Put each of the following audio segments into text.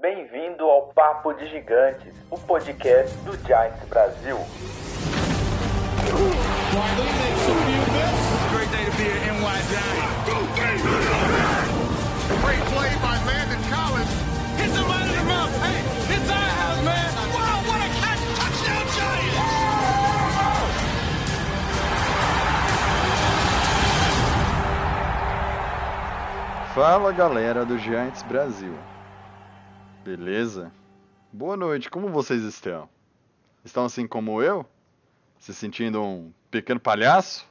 Bem-vindo ao Papo de Gigantes, o podcast do Giants Brasil. Fala galera do Giants Brasil, beleza? Boa noite, como vocês estão? Estão assim como eu? Se sentindo um pequeno palhaço?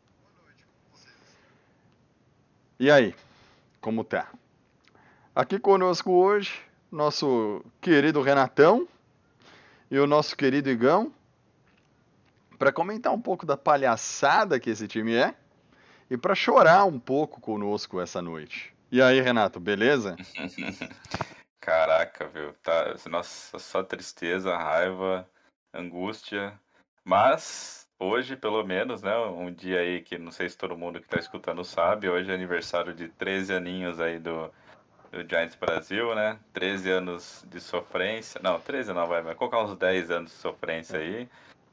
E aí, como tá? Aqui conosco hoje, nosso querido Renatão e o nosso querido Igão, para comentar um pouco da palhaçada que esse time é e para chorar um pouco conosco essa noite. E aí, Renato, beleza? Caraca, viu? Tá, nossa, só tristeza, raiva, angústia. Mas hoje, pelo menos, né? Um dia aí que não sei se todo mundo que tá escutando sabe, hoje é aniversário de 13 aninhos aí do Giants Brasil, né? 13 anos de sofrência. Não, 13 não, vai colocar uns 10 anos de sofrência aí.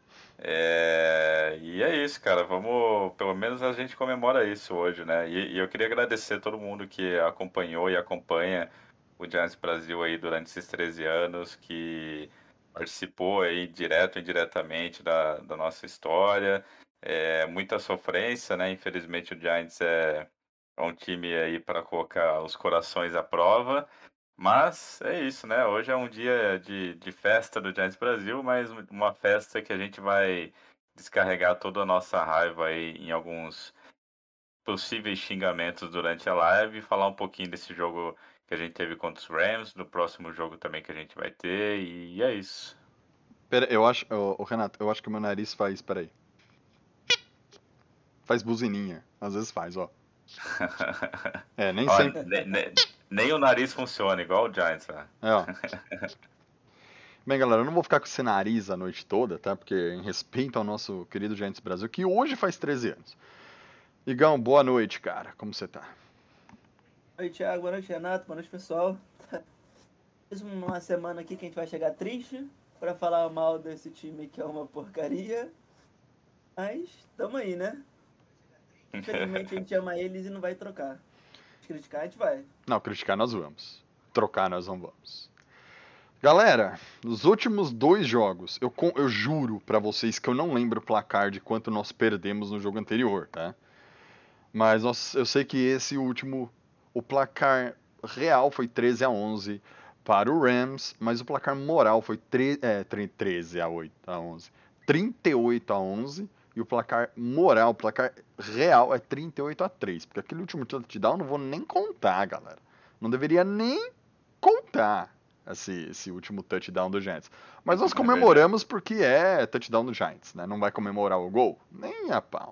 E é isso, cara. Vamos, pelo menos a gente comemora isso hoje, né? E eu queria agradecer todo mundo que acompanhou e acompanha o Giants Brasil aí durante esses 13 anos, que participou aí direto e indiretamente da nossa história. Muita sofrência, né? Infelizmente o Giants é um time aí para colocar os corações à prova. Mas é isso, né? Hoje é um dia de festa do Giants Brasil, mas uma festa que a gente vai descarregar toda a nossa raiva aí em alguns possíveis xingamentos durante a live e falar um pouquinho desse jogo que a gente teve contra os Rams, do próximo jogo também que a gente vai ter, e é isso. Pera, eu acho, Renato, eu acho que o meu nariz faz, peraí, faz buzininha, às vezes faz, ó. Nem Ó, sempre, nem o nariz funciona, igual o Giants, né? ó. Bem, galera, eu não vou ficar com esse nariz a noite toda, tá? Porque em respeito ao nosso querido Giants Brasil, que hoje faz 13 anos. Igão, boa noite, cara, como você tá? Boa noite, Thiago. Boa noite, Renato. Boa noite, pessoal. Mais uma semana aqui que a gente vai chegar triste pra falar mal desse time que é uma porcaria. Mas tamo aí, né? Infelizmente a gente ama eles e não vai trocar. Criticar a gente vai. Não, criticar nós vamos. Trocar nós não vamos. Galera, nos últimos 2 jogos, eu juro pra vocês que eu não lembro o placar de quanto nós perdemos no jogo anterior, tá? Mas eu sei que esse último, o placar real foi 13-11 para o Rams, mas o placar moral foi 13-11. 38-11 e o placar moral, o placar real é 38-3, porque aquele último touchdown eu não vou nem contar, galera. Não deveria nem contar esse último touchdown do Giants. Mas nós comemoramos porque é touchdown do Giants, né? Não vai comemorar o gol? Nem a pau.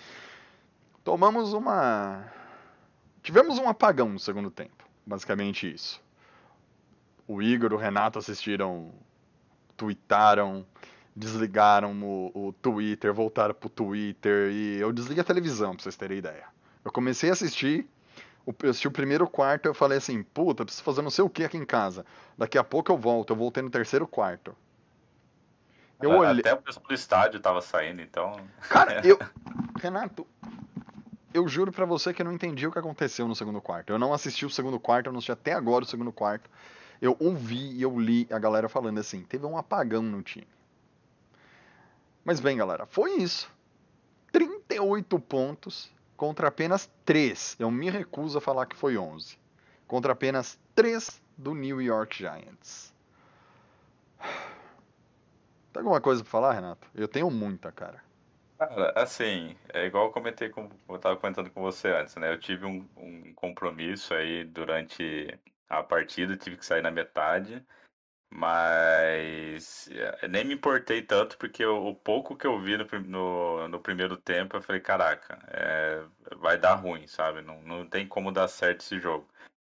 Tivemos um apagão no segundo tempo. Basicamente isso. O Igor e o Renato assistiram, tweetaram, desligaram o Twitter, voltaram pro Twitter e eu desliguei a televisão, pra vocês terem ideia. Eu comecei a assistir, eu assisti o primeiro quarto e eu falei assim, puta, preciso fazer não sei o que aqui em casa. Daqui a pouco eu volto, eu voltei no terceiro quarto. Eu olhei... Até o pessoal do estádio tava saindo, então... Cara, Renato, eu juro pra você que eu não entendi o que aconteceu no segundo quarto. Eu não assisti o segundo quarto, eu não assisti até agora o segundo quarto. Eu ouvi e eu li a galera falando assim, teve um apagão no time. Mas bem, galera, foi isso. 38 pontos contra apenas 3. Eu me recuso a falar que foi 11. Contra apenas 3 do New York Giants. Tem alguma coisa pra falar, Renato? Eu tenho muita, cara. Cara, assim, é igual eu tava comentando com você antes, né? Eu tive um compromisso aí durante a partida, tive que sair na metade, mas nem me importei tanto porque o pouco que eu vi no primeiro tempo, eu falei, caraca, vai dar ruim, sabe? Não tem como dar certo esse jogo.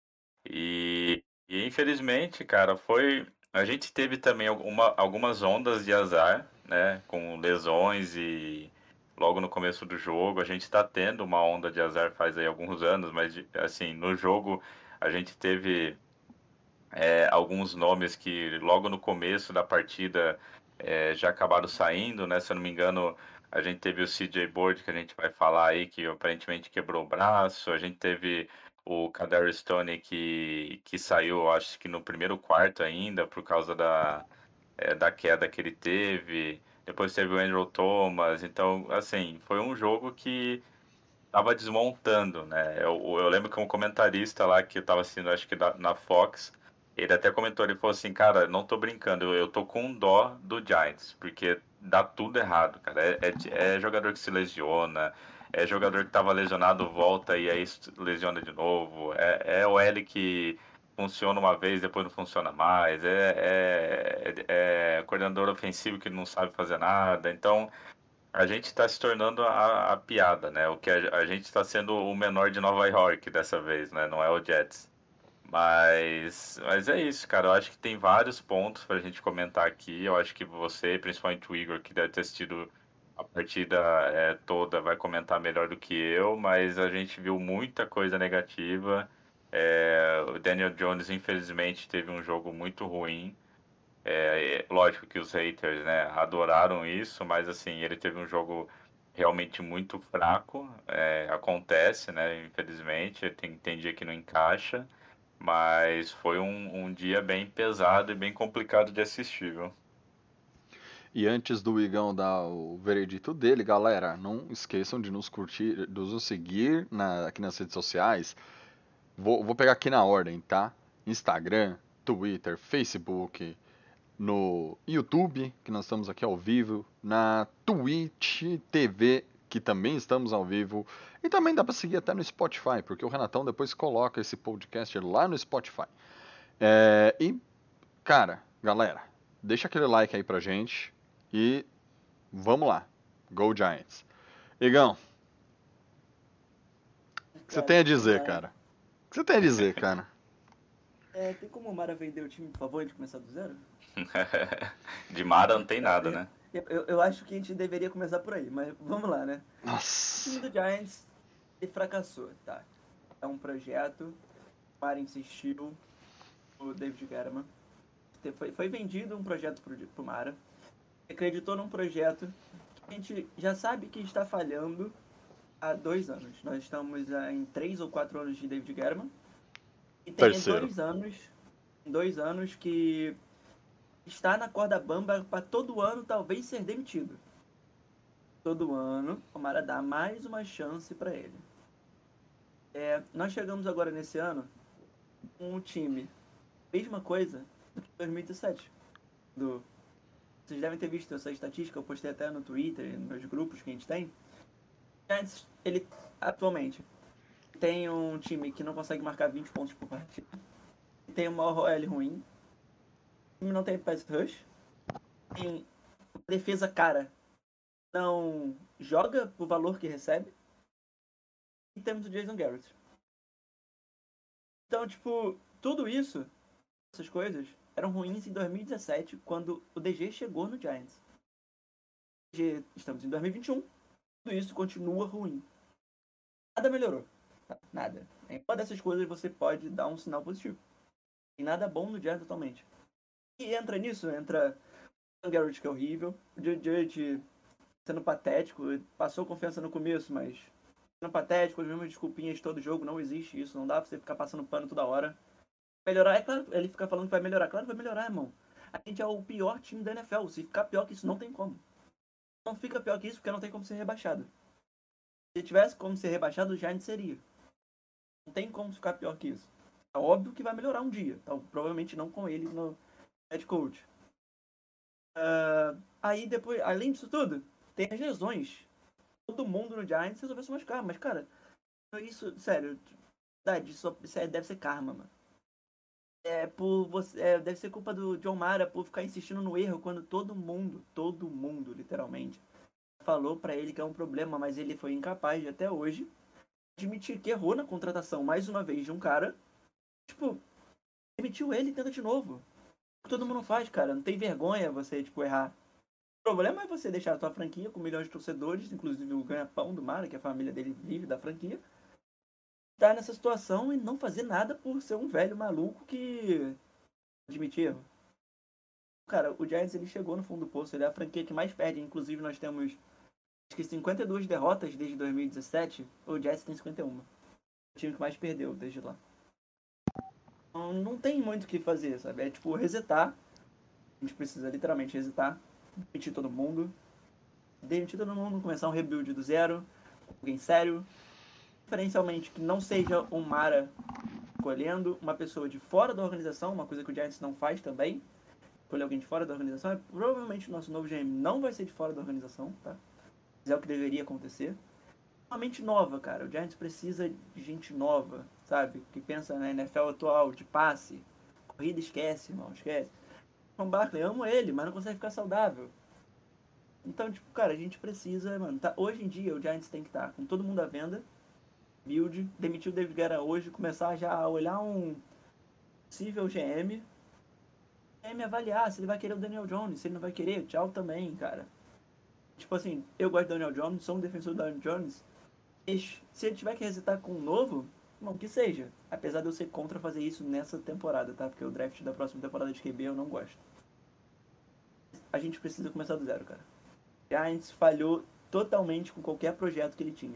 E infelizmente, cara, a gente teve também algumas ondas de azar, né? Com lesões e logo no começo do jogo. A gente está tendo uma onda de azar faz aí alguns anos, mas assim, no jogo a gente teve alguns nomes que logo no começo da partida já acabaram saindo, né? Se eu não me engano, a gente teve o CJ Board, que a gente vai falar aí, que aparentemente quebrou o braço. A gente teve o Kadarius Stoney que saiu, acho que no primeiro quarto ainda, por causa da queda que ele teve. Depois teve o Andrew Thomas. Então, assim, foi um jogo que tava desmontando, né? Eu lembro que um comentarista lá que eu tava assistindo, acho que na Fox, ele até comentou, ele falou assim, cara, não tô brincando, eu tô com dó do Giants, porque dá tudo errado, cara. É jogador que se lesiona, é jogador que tava lesionado, volta e aí lesiona de novo, é o L que funciona uma vez, depois não funciona mais, é coordenador ofensivo que não sabe fazer nada, então a gente está se tornando a piada, né? O que a gente está sendo o menor de Nova York dessa vez, né? Não é o Jets. Mas é isso, cara. Eu acho que tem vários pontos para a gente comentar aqui. Eu acho que você, principalmente o Igor, que deve ter assistido a partida toda, vai comentar melhor do que eu. Mas a gente viu muita coisa negativa. O Daniel Jones, infelizmente, teve um jogo muito ruim. Lógico que os haters, né, adoraram isso, mas assim, ele teve um jogo realmente muito fraco. Acontece, né, infelizmente, tem dia que não encaixa, mas foi um dia bem pesado e bem complicado de assistir, viu? E antes do Igão dar o veredito dele, galera, não esqueçam de nos curtir, de nos seguir aqui nas redes sociais. Vou pegar aqui na ordem, tá? Instagram, Twitter, Facebook, no YouTube, que nós estamos aqui ao vivo, na Twitch TV, que também estamos ao vivo, e também dá para seguir até no Spotify, porque o Renatão depois coloca esse podcast lá no Spotify. E, cara, galera, deixa aquele like aí pra gente e vamos lá. Go Giants. Igão, o que você Cara, tem a vamos dizer, lá. cara? O que você tem a dizer, cara? Tem como o Mara vender o time, por favor, de começar do zero? De Mara não tem nada, né? Eu acho que a gente deveria começar por aí, mas vamos lá, né? O time Nossa. do Giants, ele fracassou, tá? É um projeto, o Mara insistiu, o David Guerrero foi vendido um projeto pro Mara, acreditou num projeto que a gente já sabe que está falhando há 2 anos. Nós estamos em 3 ou 4 anos de David Guerrero e tem Terceiro. 2 anos que está na corda bamba para todo ano talvez ser demitido. Todo ano, o Mara dá mais uma chance para ele. Nós chegamos agora nesse ano com um time, mesma coisa do que 2017. Vocês devem ter visto essa estatística, eu postei até no Twitter, nos grupos que a gente tem. Giants, ele atualmente tem um time que não consegue marcar 20 pontos por partida, tem uma OL ruim, o time não tem pass rush, tem uma defesa cara, não joga o valor que recebe, e temos o Jason Garrett. Então, tipo, tudo isso, essas coisas, eram ruins em 2017, quando o DG chegou no Giants. Estamos em 2021, tudo isso continua ruim. Nada melhorou. Nada. Em uma dessas coisas você pode dar um sinal positivo. Tem nada bom no Giants atualmente. E entra nisso, entra o Garrett, que é horrível, o Judge sendo patético, passou confiança no começo, mas sendo patético, as mesmas desculpinhas de todo jogo, não existe isso, não dá pra você ficar passando pano toda hora. Melhorar, é claro, ele fica falando que vai melhorar, claro que vai melhorar, irmão. A gente é o pior time da NFL, se ficar pior que isso, não tem como. Não fica pior que isso porque não tem como ser rebaixado. Se tivesse como ser rebaixado, o Giants seria. Não tem como ficar pior que isso. É óbvio que vai melhorar um dia. Então, provavelmente não com ele no head coach. Aí depois, além disso tudo, tem as lesões. Todo mundo no Giants resolveu se machucar. Mas, cara, isso, sério, isso deve ser karma, mano. Deve ser culpa do John Mara por ficar insistindo no erro quando todo mundo, literalmente, falou pra ele que é um problema, mas ele foi incapaz de até hoje admitir que errou na contratação mais uma vez de um cara. Tipo, demitiu ele e tenta de novo. O que todo mundo faz, cara. Não tem vergonha você, tipo, errar. O problema é você deixar a tua franquia com milhões de torcedores, inclusive o ganha-pão do Mara, que a família dele vive da franquia, tá nessa situação e não fazer nada por ser um velho maluco que admitir erro. Cara, o Giants ele chegou no fundo do poço, ele é a franquia que mais perde. Inclusive, nós temos acho que 52 derrotas desde 2017. O Giants tem 51. O time que mais perdeu desde lá. Então, não tem muito o que fazer, sabe? É tipo resetar. A gente precisa literalmente resetar. Demitir todo mundo. Começar um rebuild do zero. Com alguém sério. Preferencialmente que não seja um Mara escolhendo uma pessoa de fora da organização, uma coisa que o Giants não faz também. Escolher alguém de fora da organização. Provavelmente o nosso novo GM não vai ser de fora da organização, tá? Mas é o que deveria acontecer. Uma mente nova, cara. O Giants precisa de gente nova, sabe? Que pensa na NFL atual, de passe. Corrida esquece, irmão, esquece. O Barkley, amo ele, mas não consegue ficar saudável. Então, tipo, cara, a gente precisa, mano. Tá, hoje em dia o Giants tem que estar com todo mundo à venda. Build, demitir o David Guerra hoje, começar já a olhar um possível GM. GM avaliar se ele vai querer o Daniel Jones, se ele não vai querer, tchau também, cara. Tipo assim, eu gosto do Daniel Jones, sou um defensor do Daniel Jones. Se ele tiver que resetar com um novo, não, que seja. Apesar de eu ser contra fazer isso nessa temporada, tá? Porque o draft da próxima temporada de QB eu não gosto. A gente precisa começar do zero, cara. Giants falhou totalmente com qualquer projeto que ele tinha.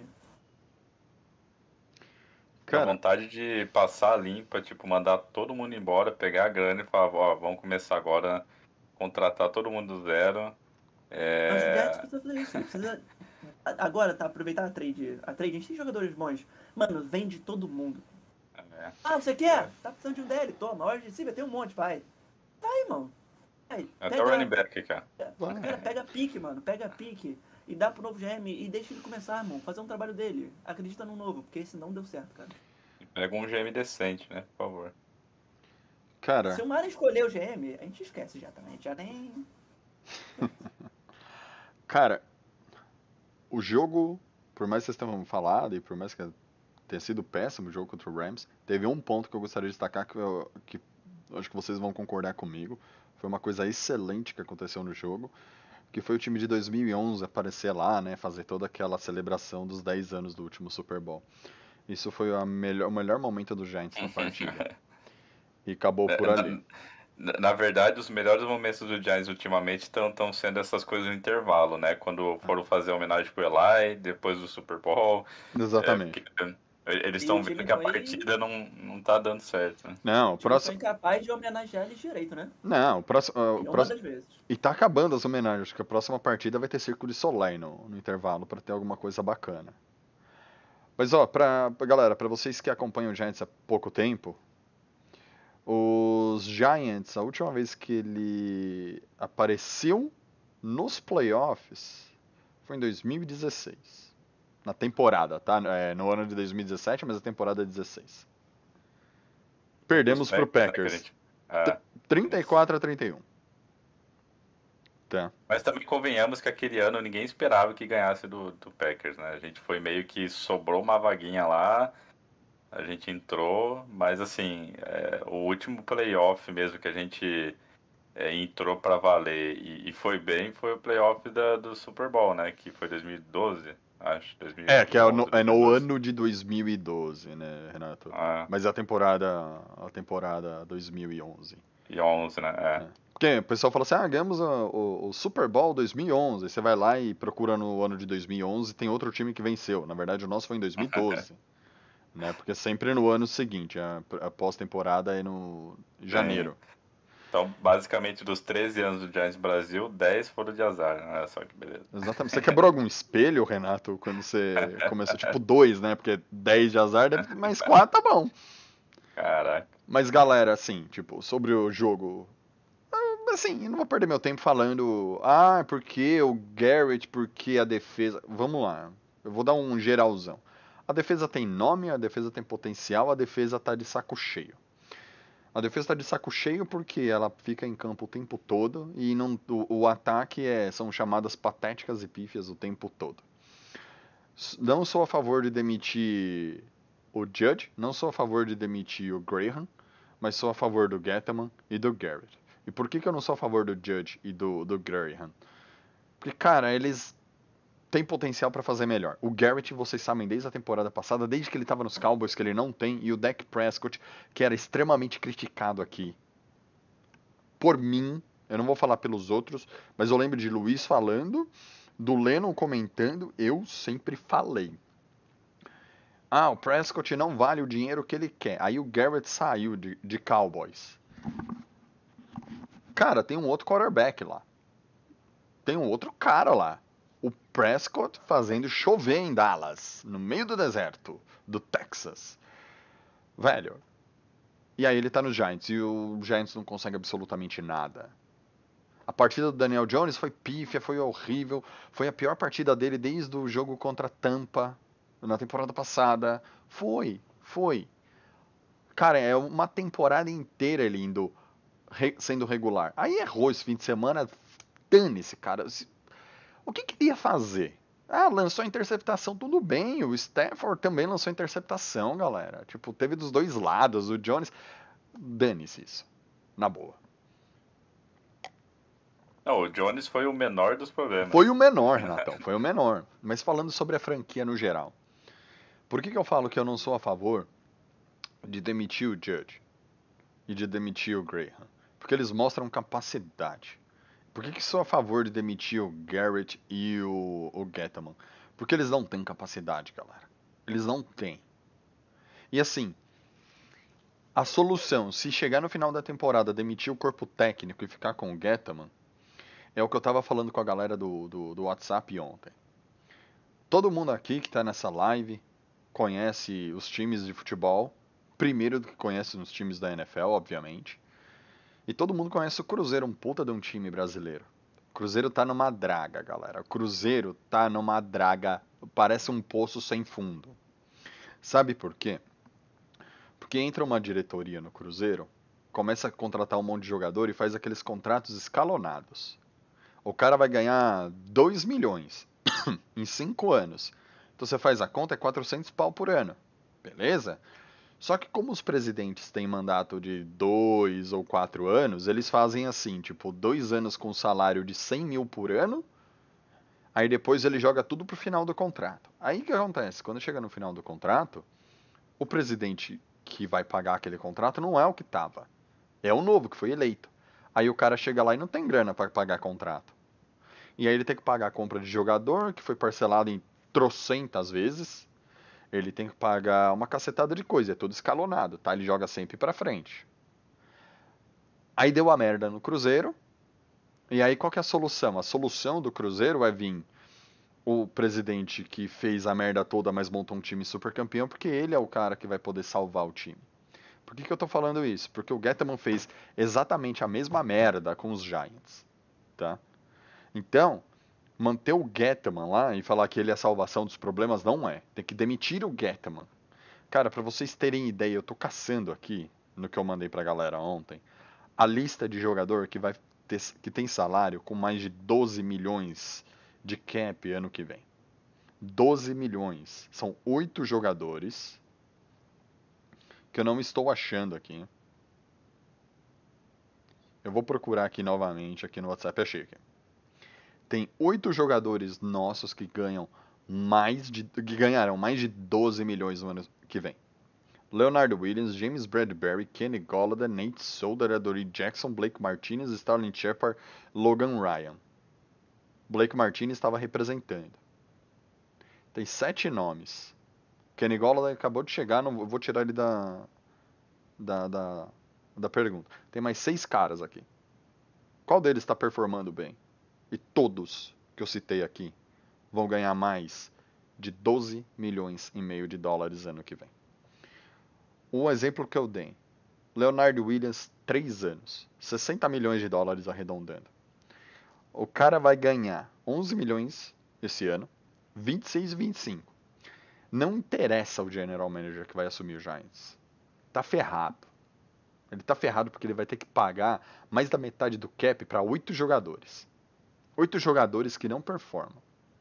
A vontade de passar limpa, tipo, mandar todo mundo embora, pegar a grana e falar, ó, vamos começar agora, contratar todo mundo do zero. Mas o Giants precisa fazer isso. Ele precisa agora, tá? Aproveitar a trade. A gente tem jogadores bons. Mano, vende todo mundo. Ah, você quer? Tá precisando de um DL? Toma. Wide receiver tem um monte, vai. Vai, irmão. Vai. Até o running back, cara. Cara, pega pique, mano. Pega pique. E dá pro novo GM e deixa ele começar, irmão. Fazer um trabalho dele. Acredita no novo, porque esse não deu certo, cara. Pega um GM decente, né? Por favor. Cara. Se o Mara escolher o GM, a gente esquece já também. Já nem. Cara, o jogo, por mais que vocês tenham falado e por mais que tenha sido péssimo o jogo contra o Rams, teve um ponto que eu gostaria de destacar que eu acho que vocês vão concordar comigo. Foi uma coisa excelente que aconteceu no jogo, que foi o time de 2011 aparecer lá, né, fazer toda aquela celebração dos 10 anos do último Super Bowl. Isso foi o melhor momento do Giants na partida. E acabou por ali. Na verdade, os melhores momentos do Giants ultimamente estão sendo essas coisas no intervalo, né? Quando foram fazer a homenagem pro Eli, depois do Super Bowl. Exatamente. Eles estão vendo que a partida não tá dando certo, né? Não, o próximo. Foi incapaz de homenagear eles direito, né? Não, o próximo. Uma das vezes. E tá acabando as homenagens, acho que a próxima partida vai ter Circo de Soleil no intervalo pra ter alguma coisa bacana. Mas ó, galera, pra vocês que acompanham o Giants há pouco tempo, os Giants, a última vez que ele apareceu nos playoffs foi em 2016. Na temporada, tá? No ano de 2017, mas a temporada 16. Perdemos pro Packers. 34-31. Tá. Mas também convenhamos que aquele ano ninguém esperava que ganhasse do Packers, né? A gente foi meio que sobrou uma vaguinha lá, a gente entrou, mas assim, o último playoff mesmo que a gente entrou pra valer e foi bem foi o playoff do Super Bowl, né? Que foi 2012, acho. 2011, que é no ano de 2012, né, Renato? Mas a temporada 2011. E 11, né? Porque o pessoal fala assim, ganhamos o Super Bowl 2011, aí você vai lá e procura no ano de 2011, tem outro time que venceu. Na verdade, o nosso foi em 2012. Né? Porque sempre no ano seguinte, a pós-temporada é no janeiro. Então, basicamente, dos 13 anos do Giants Brasil, 10 foram de azar, né? Olha só que beleza. Exatamente. Você quebrou algum espelho, Renato, quando você começou? Tipo 2, né? Porque 10 de azar, mas 4 tá bom. Caraca. Mas, galera, assim, tipo, sobre o jogo... Assim, eu não vou perder meu tempo falando... porque o Garrett, porque a defesa... Vamos lá. Eu vou dar um geralzão. A defesa tem nome, a defesa tem potencial, a defesa tá de saco cheio. A defesa tá de saco cheio porque ela fica em campo o tempo todo e o ataque são chamadas patéticas e pífias o tempo todo. Não sou a favor de demitir o Judge, não sou a favor de demitir o Graham, mas sou a favor do Gettleman e do Garrett. E por que eu não sou a favor do Judge e do Graham? Porque, cara, eles tem potencial para fazer melhor. O Garrett, vocês sabem, desde a temporada passada, desde que ele estava nos Cowboys, que ele não tem, e o Dak Prescott, que era extremamente criticado aqui. por mim, eu não vou falar pelos outros, mas eu lembro de Luiz falando, do Lennon comentando, eu sempre falei. Ah, o Prescott não vale o dinheiro que ele quer. Aí o Garrett saiu de Cowboys. Cara, tem um outro quarterback lá. Tem um outro cara lá. O Prescott fazendo chover em Dallas, no meio do deserto do Texas. Velho. E aí ele tá no Giants e o Giants não consegue absolutamente nada. A partida do Daniel Jones foi pífia, foi horrível. Foi a pior partida dele desde o jogo contra Tampa na temporada passada. Foi. Cara, é uma temporada inteira ele indo sendo regular. Aí errou esse fim de semana. Dane-se, cara. O que ele ia fazer? Ah, lançou a interceptação, tudo bem. O Stafford também lançou a interceptação, galera. Tipo, teve dos dois lados. O Jones. Dane-se isso. Na boa. Não, o Jones foi o menor dos problemas. Foi o menor, Renatão. Foi o menor. Mas falando sobre a franquia no geral. Por que eu falo que eu não sou a favor de demitir o Judge e de demitir o Graham? Porque eles mostram capacidade. Por que sou a favor de demitir o Garrett e o Gettleman? Porque eles não têm capacidade, galera. Eles não têm. E assim, a solução, se chegar no final da temporada, demitir o corpo técnico e ficar com o Gettleman, é o que eu tava falando com a galera do WhatsApp ontem. Todo mundo aqui que tá nessa live conhece os times de futebol, primeiro do que conhece nos times da NFL, obviamente. E todo mundo conhece o Cruzeiro, um puta de um time brasileiro. O Cruzeiro tá numa draga, galera. O Cruzeiro tá numa draga, parece um poço sem fundo. Sabe por quê? Porque entra uma diretoria no Cruzeiro, começa a contratar um monte de jogador e faz aqueles contratos escalonados. O cara vai ganhar 2 milhões em 5 anos. Então você faz a conta, é 400 pau por ano. Beleza? Só que como os presidentes têm mandato de 2 ou 4 anos, eles fazem assim, tipo, 2 anos com salário de 100 mil por ano, aí depois ele joga tudo pro final do contrato. Aí o que acontece? Quando chega no final do contrato, o presidente que vai pagar aquele contrato não é o que tava, é o novo que foi eleito. Aí o cara chega lá e não tem grana para pagar contrato. E aí ele tem que pagar a compra de jogador, que foi parcelado em trocentas vezes. Ele tem que pagar uma cacetada de coisa, é tudo escalonado, tá? Ele joga sempre pra frente. Aí deu a merda no Cruzeiro. E aí qual que é a solução? A solução do Cruzeiro vai vir o presidente que fez a merda toda, mas montou um time super campeão, porque ele é o cara que vai poder salvar o time. Por que eu tô falando isso? Porque o Gettleman fez exatamente a mesma merda com os Giants, tá? Então, manter o Gettleman lá e falar que ele é a salvação dos problemas não é. Tem que demitir o Gettleman. Cara, pra vocês terem ideia, eu tô caçando aqui, no que eu mandei pra galera ontem, a lista de jogador que tem salário com mais de 12 milhões de cap ano que vem. 12 milhões. São 8 jogadores que eu não estou achando aqui. Eu vou procurar aqui novamente, aqui no WhatsApp, achei aqui. Tem 8 jogadores nossos que ganharão mais de 12 milhões no ano que vem. Leonard Williams, James Bradbury, Kenny Golladay, Nate Solder, Adoree Jackson, Blake Martinez, Sterling Shepard, Logan Ryan. Blake Martinez estava representando. Tem 7 nomes. Kenny Golladay acabou de chegar, não vou tirar ele da pergunta. Tem mais 6 caras aqui. Qual deles está performando bem? E todos que eu citei aqui vão ganhar mais de 12 milhões e meio de dólares ano que vem. O exemplo que eu dei, Leonard Williams, 3 anos, 60 milhões de dólares arredondando. O cara vai ganhar 11 milhões esse ano, 26 e 25. Não interessa o general manager que vai assumir o Giants. Tá ferrado. Ele tá ferrado porque ele vai ter que pagar mais da metade do cap para 8 jogadores. 8 jogadores que não performam.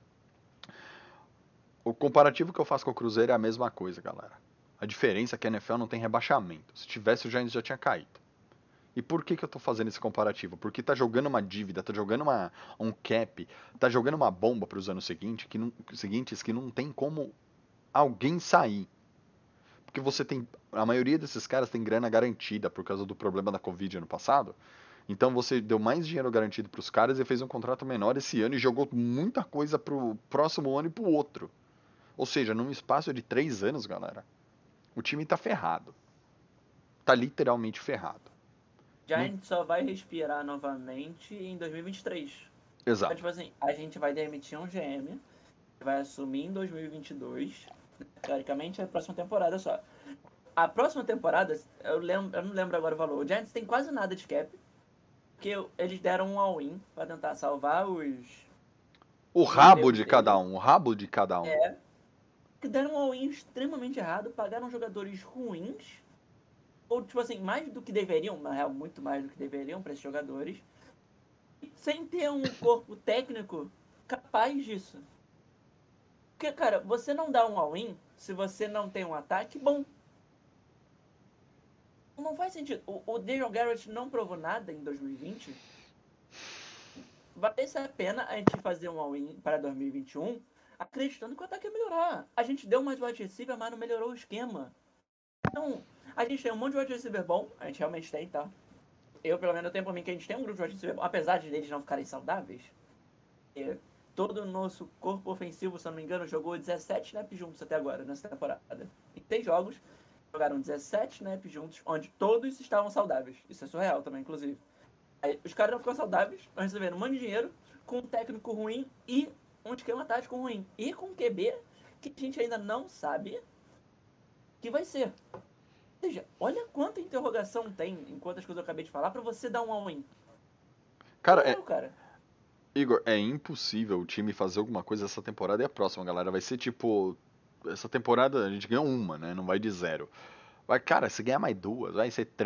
O comparativo que eu faço com o Cruzeiro é a mesma coisa, galera. A diferença é que a NFL não tem rebaixamento. Se tivesse, o Giants já tinha caído. E por que eu tô fazendo esse comparativo? Porque tá jogando uma dívida, tá jogando um cap, tá jogando uma bomba para os anos seguintes que não tem como alguém sair. Porque a maioria desses caras tem grana garantida por causa do problema da Covid ano passado. Então você deu mais dinheiro garantido para os caras e fez um contrato menor esse ano e jogou muita coisa pro próximo ano e pro outro. Ou seja, num espaço de 3 anos, galera, o time tá ferrado. Tá literalmente ferrado. Não... Giants só vai respirar novamente em 2023. Então, Exato. tipo assim, a gente vai demitir um GM, vai assumir em 2022. Teoricamente, é a próxima temporada só. A próxima temporada, eu não lembro agora o valor. O Giants tem quase nada de cap, porque eles deram um all-in pra tentar salvar O os rabo empregos de cada deles. um, o rabo de cada um. Que deram um all-in extremamente errado, pagaram jogadores ruins, ou tipo assim, mais do que deveriam, na real, muito mais do que deveriam para esses jogadores, sem ter um corpo técnico capaz disso. Porque, cara, você não dá um all-in se você não tem um ataque bom. Não faz sentido. O Daniel Garrett não provou nada em 2020. Valesse a pena a gente fazer um all-in para 2021, acreditando que o ataque ia melhorar. A gente deu mais wide receiver, mas não melhorou o esquema. Então, a gente tem um monte de wide receiver bom, a gente realmente tem, tá? Eu, pelo menos, eu tenho pra mim que a gente tem um grupo de wide receiver bom, apesar de eles não ficarem saudáveis. Todo o nosso corpo ofensivo, se eu não me engano, jogou 17 snaps juntos até agora, nessa temporada. Em 6 jogos, jogaram 17 snaps juntos, onde todos estavam saudáveis. Isso é surreal também, inclusive. Aí, os caras não ficam saudáveis, estão recebendo um monte de dinheiro, com um técnico ruim e um esquema tático ruim. E com um QB que a gente ainda não sabe que vai ser. Ou seja, olha quanta interrogação tem em quantas coisas eu acabei de falar pra você dar um all-in. Cara, Cara. Igor, é impossível o time fazer alguma coisa essa temporada e a próxima, galera. Vai ser tipo. Essa temporada a gente ganhou uma, né? Não vai de 0. Vai, cara, se ganhar mais duas, vai ser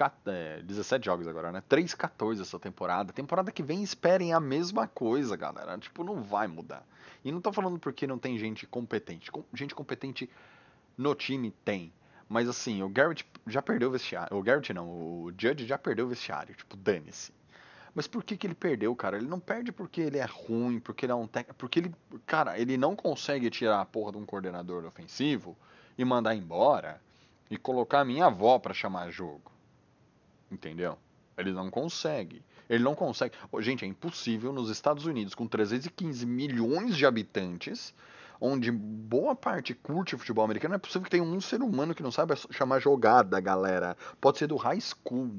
17 jogos agora, né? 3-14 essa temporada. Temporada que vem esperem a mesma coisa, galera. Tipo, não vai mudar. E não tô falando porque não tem gente competente. Gente competente no time tem. Mas assim, o Garrett já perdeu o vestiário. O Garrett não, o Judge já perdeu o vestiário. Tipo, dane-se. Mas por que que ele perdeu, cara? Ele não perde porque ele é ruim, porque ele é um técnico. Porque ele. Cara, ele não consegue tirar a porra de um coordenador ofensivo e mandar embora e colocar a minha avó pra chamar jogo. Entendeu? Ele não consegue. Ele não consegue. Ô, gente, é impossível nos Estados Unidos, com 315 milhões de habitantes, onde boa parte curte o futebol americano, não é possível que tenha um ser humano que não saiba chamar jogada, galera. Pode ser do high school.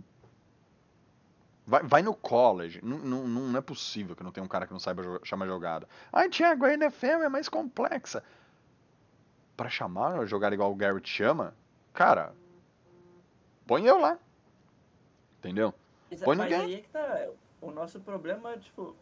Vai no college. Não é possível que não tenha um cara que não saiba chamar jogada. Ai, Thiago, a NFL é mais complexa. Pra chamar a jogada igual o Garrett chama, cara, põe eu lá. Entendeu? Põe Mas ninguém. aí é que tá. O nosso problema, tipo.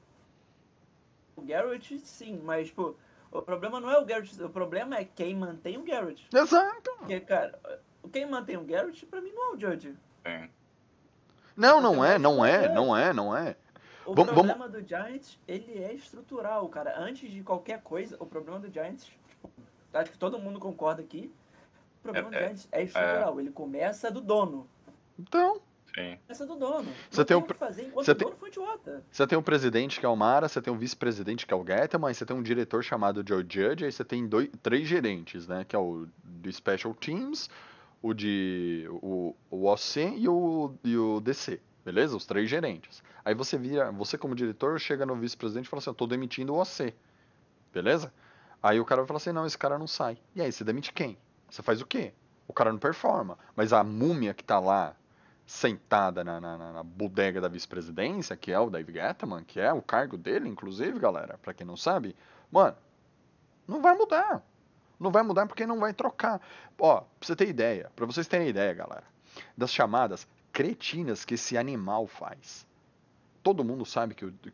O Garrett, sim, mas, tipo. O problema não é o Garrett, o problema é quem mantém o Garrett. Exato. Porque, cara, quem mantém o Garrett, pra mim, não é o Judge. Sim. Não, Até não é, mais que não o é, Judge. não é, não é. O Vamos. problema do Giants, ele é estrutural, cara. Antes de qualquer coisa, o problema do Giants, tipo, acho que todo mundo concorda aqui, o É, problema do é, Giants é é, estrutural. Ele começa do dono. Então, sim. Começa do dono. você Não tem tem um, o que fazer enquanto você o tem, dono foi idiota. você tem um presidente que é o Mara, você tem um vice-presidente que é o Gettleman, você tem um diretor chamado Joe Judge, aí você tem três gerentes, né? Que é o do Special Teams, o OC e o DC, beleza? Os três gerentes. Aí você como diretor chega no vice-presidente e fala assim, eu tô demitindo o OC, beleza? Aí o cara vai falar assim, não, esse cara não sai. E aí, você demite quem? Você faz o quê? O cara não performa. Mas a múmia que tá lá, sentada na bodega da vice-presidência, que é o Dave Gettleman, que é o cargo dele, inclusive, galera, pra quem não sabe, mano, não vai mudar. Não vai mudar porque não vai trocar. Ó, pra você ter ideia, pra vocês terem ideia, galera, das chamadas cretinas que esse animal faz. Todo mundo sabe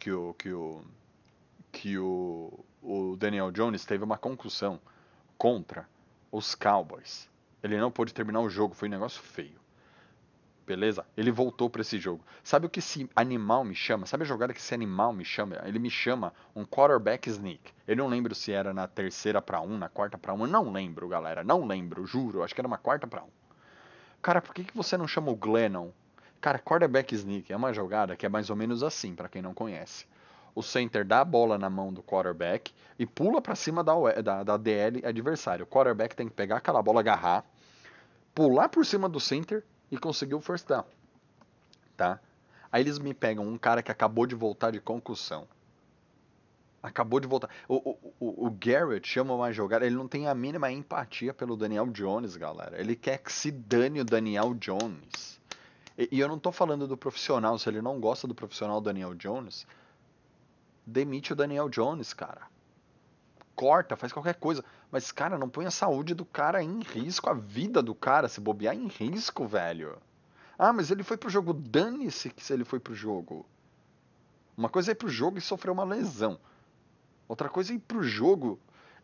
que o Daniel Jones teve uma concussão contra os Cowboys. Ele não pôde terminar o jogo, foi um negócio feio. Beleza? Ele voltou para esse jogo. Sabe o que esse animal me chama? Sabe a jogada que esse animal me chama? Ele me chama um quarterback sneak. Eu não lembro se era na terceira para um, na quarta para um. Eu não lembro, galera. Não lembro, juro. Acho que era uma quarta para um. Cara, por que você não chama o Glennon? Cara, quarterback sneak é uma jogada que é mais ou menos assim, para quem não conhece. O center dá a bola na mão do quarterback e pula para cima da DL adversário. O quarterback tem que pegar aquela bola, agarrar, pular por cima do center e conseguir o first down, tá? Aí eles me pegam um cara que acabou de voltar de concussão. Acabou de voltar. O Garrett chama uma jogada, ele não tem a mínima empatia pelo Daniel Jones, galera. Ele quer que se dane o Daniel Jones. E eu não tô falando do profissional, se ele não gosta do profissional Daniel Jones, demite o Daniel Jones, cara. Corta, faz qualquer coisa. Mas, cara, não põe a saúde do cara em risco, a vida do cara, se bobear em risco, velho. Ah, mas ele foi pro jogo. Dane-se que se ele foi pro jogo. Uma coisa é ir pro jogo e sofrer uma lesão. Outra coisa é ir pro jogo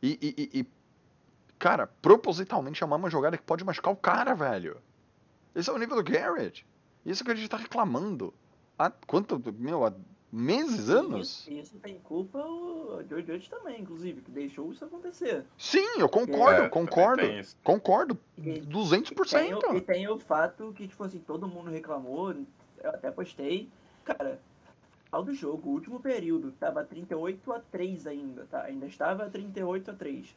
cara, propositalmente chamar uma jogada que pode machucar o cara, velho. Esse é o nível do Garrett. Isso que a gente tá reclamando. Há quanto, há meses, anos? Isso tem culpa o Joe Judge também, inclusive, que deixou isso acontecer. Sim, eu concordo, também tem isso. concordo. E 200%. tem o fato que, tipo assim, todo mundo reclamou, eu até postei. Cara, ao do jogo, o último período, tava 38-3 ainda, tá? Ainda estava 38-3.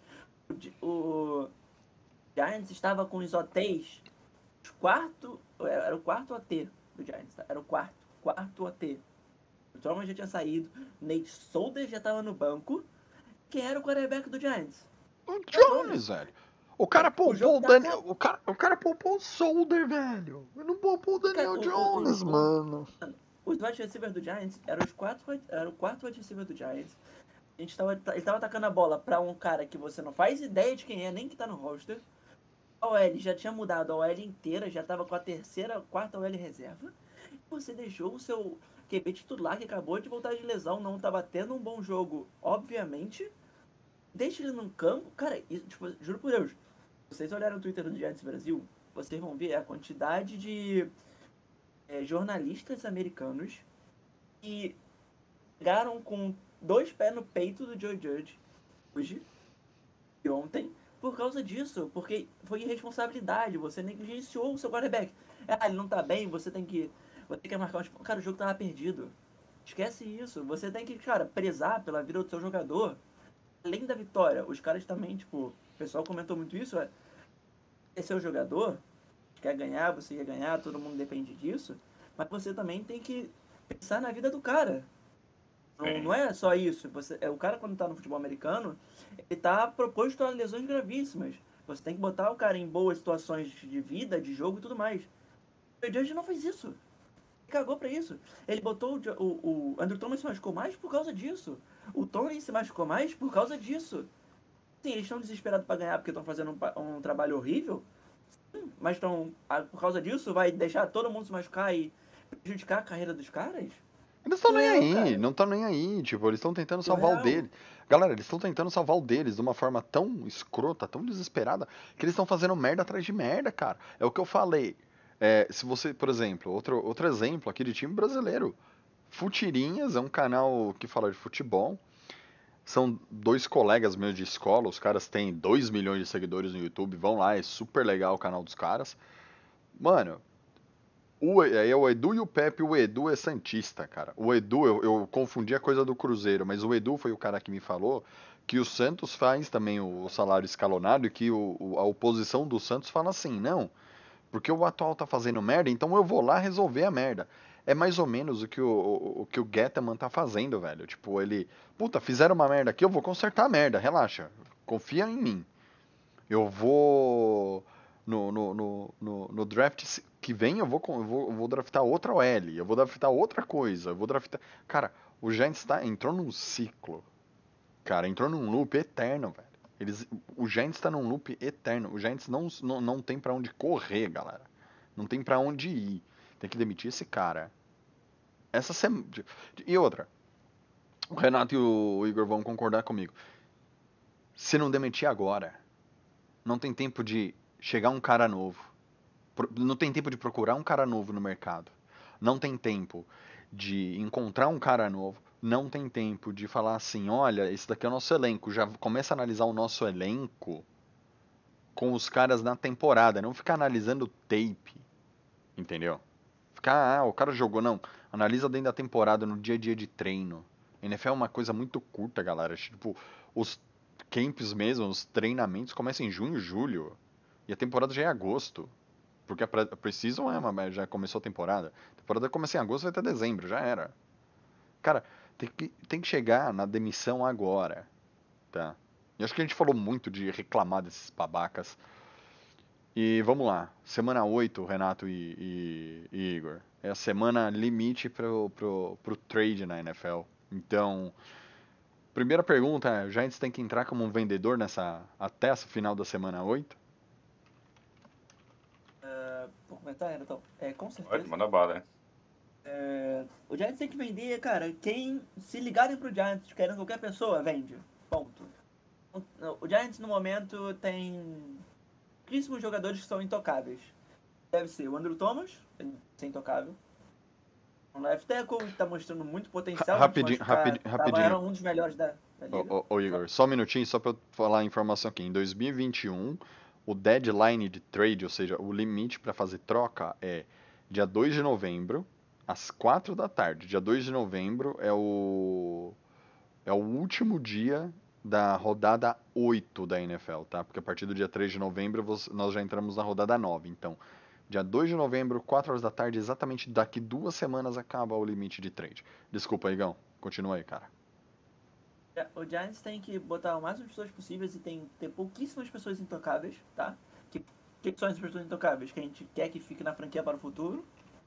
O Giants estava com os OTs, era o quarto OT do Giants, tá? Era o quarto OT. O Thomas já tinha saído, Nate Solder já tava no banco. Quem era o quarterback do Giants? O Jones, velho. O cara poupou o Daniel. O cara poupou o Solder, velho. Ele não poupou o Daniel Jones, mano. Os wide receivers do Giants era o quarto wide receiver do Giants. Ele tava atacando a bola pra um cara que você não faz ideia de quem é, nem que tá no roster. A OL já tinha mudado a OL inteira, já tava com a quarta OL reserva. E você deixou o seu QB titular, que acabou de voltar de lesão, não tava tendo um bom jogo, obviamente. Deixa ele no campo. Cara, isso, tipo, juro por Deus, vocês olharam o Twitter do Giants Brasil, vocês vão ver a quantidade de jornalistas americanos que chegaram com 2 pés no peito do Joe Judge hoje e ontem por causa disso, porque foi irresponsabilidade, você negligenciou o seu quarterback. Ele não tá bem, você tem que marcar um... Cara, o jogo tava perdido. Esquece isso. Você tem que, cara, prezar pela vida do seu jogador. Além da vitória, os caras também, tipo, o pessoal comentou muito isso, esse é o jogador, quer ganhar, você quer ganhar, todo mundo depende disso, mas você também tem que pensar na vida do cara. Não é só isso. O cara, quando tá no futebol americano, ele tá proposto a lesões gravíssimas. Você tem que botar o cara em boas situações de vida, de jogo e tudo mais. O Judge não fez isso. Ele cagou pra isso. Ele botou o Andrew Thomas se machucou mais por causa disso. O Tony se machucou mais por causa disso. Sim, eles estão desesperados pra ganhar porque estão fazendo um trabalho horrível. Sim, mas por causa disso vai deixar todo mundo se machucar e prejudicar a carreira dos caras? Eles estão nem aí, cara. não estão nem aí, tipo, eles estão tentando salvar o dele. Galera, eles estão tentando salvar o deles de uma forma tão escrota, tão desesperada, que eles estão fazendo merda atrás de merda, cara. É o que eu falei. Se você, por exemplo, outro exemplo aqui de time brasileiro. Futirinhas é um canal que fala de futebol. São 2 colegas meus de escola, os caras têm 2 milhões de seguidores no YouTube, vão lá, é super legal o canal dos caras. Mano, é o Edu e o Pepe. O Edu é santista, cara. O Edu, eu confundi a coisa do Cruzeiro, mas o Edu foi o cara que me falou que o Santos faz também o salário escalonado e que a oposição do Santos fala assim, não, porque o atual tá fazendo merda, então eu vou lá resolver a merda. É mais ou menos o que o Gettman tá fazendo, velho. Tipo, ele, puta, fizeram uma merda aqui, eu vou consertar a merda, relaxa, confia em mim. Eu vou. No draft que vem, eu vou draftar outra OL. Eu vou draftar outra coisa. Eu vou draftar. Cara, o Giants entrou num ciclo. Cara, entrou num loop eterno, velho. O Giants tá num loop eterno. O Giants não tem pra onde correr, galera. Não tem pra onde ir. Tem que demitir esse cara. Essa semana. E outra. O Renato e o Igor vão concordar comigo. Se não demitir agora, não tem tempo de chegar um cara novo. Não tem tempo de procurar um cara novo no mercado. Não tem tempo de encontrar um cara novo. Não tem tempo de falar assim, olha, esse daqui é o nosso elenco. Já começa a analisar o nosso elenco com os caras na temporada. Não ficar analisando tape. Entendeu? Ficar, o cara jogou. Não. Analisa dentro da temporada, no dia a dia de treino. NFL é uma coisa muito curta, galera. Tipo, os camps mesmo, os treinamentos começam em junho, julho. E a temporada já é agosto. Porque a Precision mas já começou a temporada. A temporada começa em agosto, vai até dezembro, já era. Cara, tem que chegar na demissão agora, tá? E acho que a gente falou muito de reclamar desses babacas. E vamos lá, semana 8, Renato e Igor. É a semana limite pro trade na NFL. Então, primeira pergunta é, o Giants tem que entrar como um vendedor até esse final da semana 8? Vou comentar, Renato? Com Pode, certeza. manda bala, né? O Giants tem que vender, cara. Se ligarem pro Giants querendo qualquer pessoa, vende. Ponto. O Giants no momento tem pouquíssimos jogadores que são intocáveis. Deve ser o Andrew Thomas, ele é intocável. O left tackle tá mostrando muito potencial. Rapidinho, Era rapidinho. um dos melhores da liga. Ô, Igor, só um minutinho, só pra eu falar a informação aqui. Em 2021, o deadline de trade, ou seja, o limite para fazer troca é dia 2 de novembro, às 4 da tarde. Dia 2 de novembro é o último dia da rodada 8 da NFL, tá? Porque a partir do dia 3 de novembro nós já entramos na rodada 9. Então, dia 2 de novembro, 4 horas da tarde, exatamente daqui 2 semanas acaba o limite de trade. Desculpa, Igão. Continua aí, cara. O Giants tem que botar o máximo de pessoas possíveis e tem que ter pouquíssimas pessoas intocáveis, tá? Que são essas pessoas intocáveis? Que a gente quer que fique na franquia para o futuro.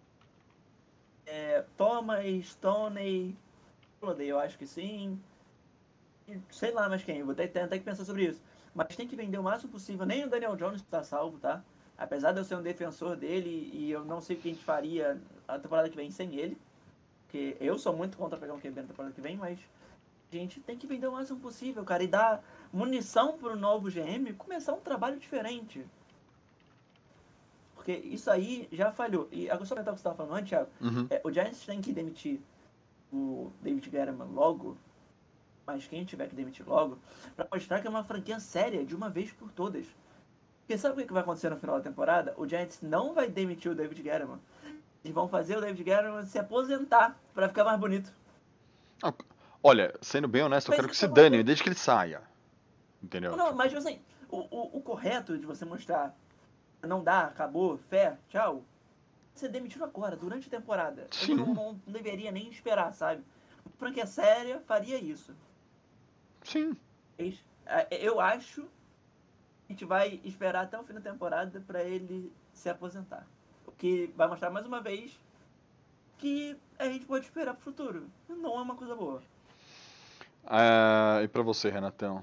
Thomas, Stoney, Holiday, eu acho que sim. Sei lá mais quem, vou tentar que pensar sobre isso. Mas tem que vender o máximo possível. Nem o Daniel Jones está salvo, tá? Apesar de eu ser um defensor dele e eu não sei o que a gente faria a temporada que vem sem ele. Porque eu sou muito contra pegar um QB na temporada que vem, mas a gente tem que vender o máximo possível, cara, e dar munição pro novo GM começar um trabalho diferente. Porque isso aí já falhou. E agora só comentar o que você estava falando antes, Thiago. Uhum. O Giants tem que demitir o David Guerrero logo, mas quem tiver que demitir logo, pra mostrar que é uma franquia séria de uma vez por todas. Porque sabe o que vai acontecer no final da temporada? O Giants não vai demitir o David Guerrero. Eles vão fazer o David Guerrero se aposentar pra ficar mais bonito. Ah, olha, sendo bem honesto, eu Mas quero que isso se é uma dane, coisa- desde que ele saia. Entendeu? Não, mas assim, o correto de você mostrar não dá, acabou, fé, tchau, você demitiu agora, durante a temporada. Ele Sim. não deveria nem esperar, sabe? Uma franquia séria faria isso. Sim. Eu acho que a gente vai esperar até o fim da temporada pra ele se aposentar. O que vai mostrar mais uma vez que a gente pode esperar pro futuro. Não é uma coisa boa. E pra você, Renatão?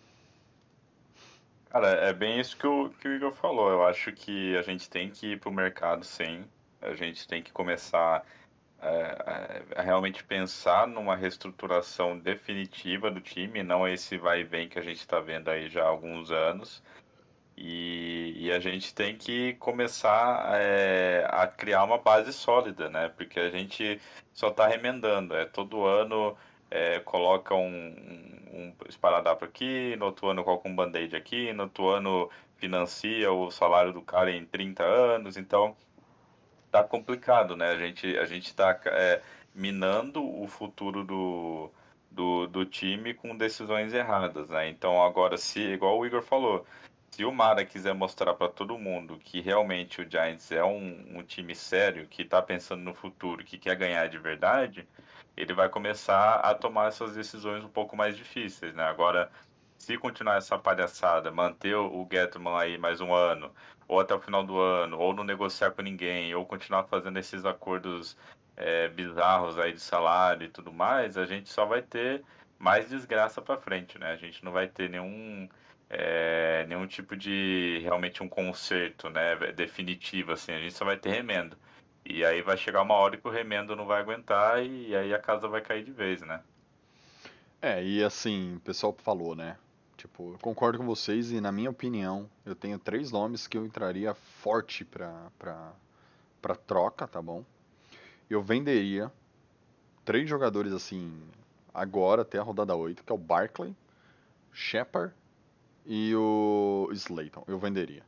Cara, é bem isso que o Igor falou. Eu acho que a gente tem que ir pro mercado, sim. A gente tem que começar a realmente pensar numa reestruturação definitiva do time, não esse vai e vem que a gente está vendo aí já há alguns anos. E a gente tem que começar a criar uma base sólida, né? Porque a gente só está remendando. Todo ano coloca um esparadrapo aqui, no outro ano coloca um band-aid aqui, no outro ano financia o salário do cara em 30 anos. Então tá complicado, né? A gente tá minando o futuro do time com decisões erradas, né? Então agora, se, igual o Igor falou, se o Mara quiser mostrar para todo mundo que realmente o Giants é um time sério, que tá pensando no futuro, que quer ganhar de verdade, ele vai começar a tomar essas decisões um pouco mais difíceis, né? Agora, se continuar essa palhaçada, manter o Gettman aí mais um ano, ou até o final do ano, ou não negociar com ninguém, ou continuar fazendo esses acordos bizarros aí de salário e tudo mais, a gente só vai ter mais desgraça pra frente, né? A gente não vai ter nenhum tipo de realmente um conserto, né, definitivo, assim, a gente só vai ter remendo. E aí vai chegar uma hora que o remendo não vai aguentar e aí a casa vai cair de vez, né? E assim, o pessoal falou, né? Tipo, eu concordo com vocês e na minha opinião, eu tenho 3 nomes que eu entraria forte pra troca, tá bom? Eu venderia 3 jogadores assim, agora até a rodada 8, que é o Barkley, Shepard e o Slayton. Eu venderia.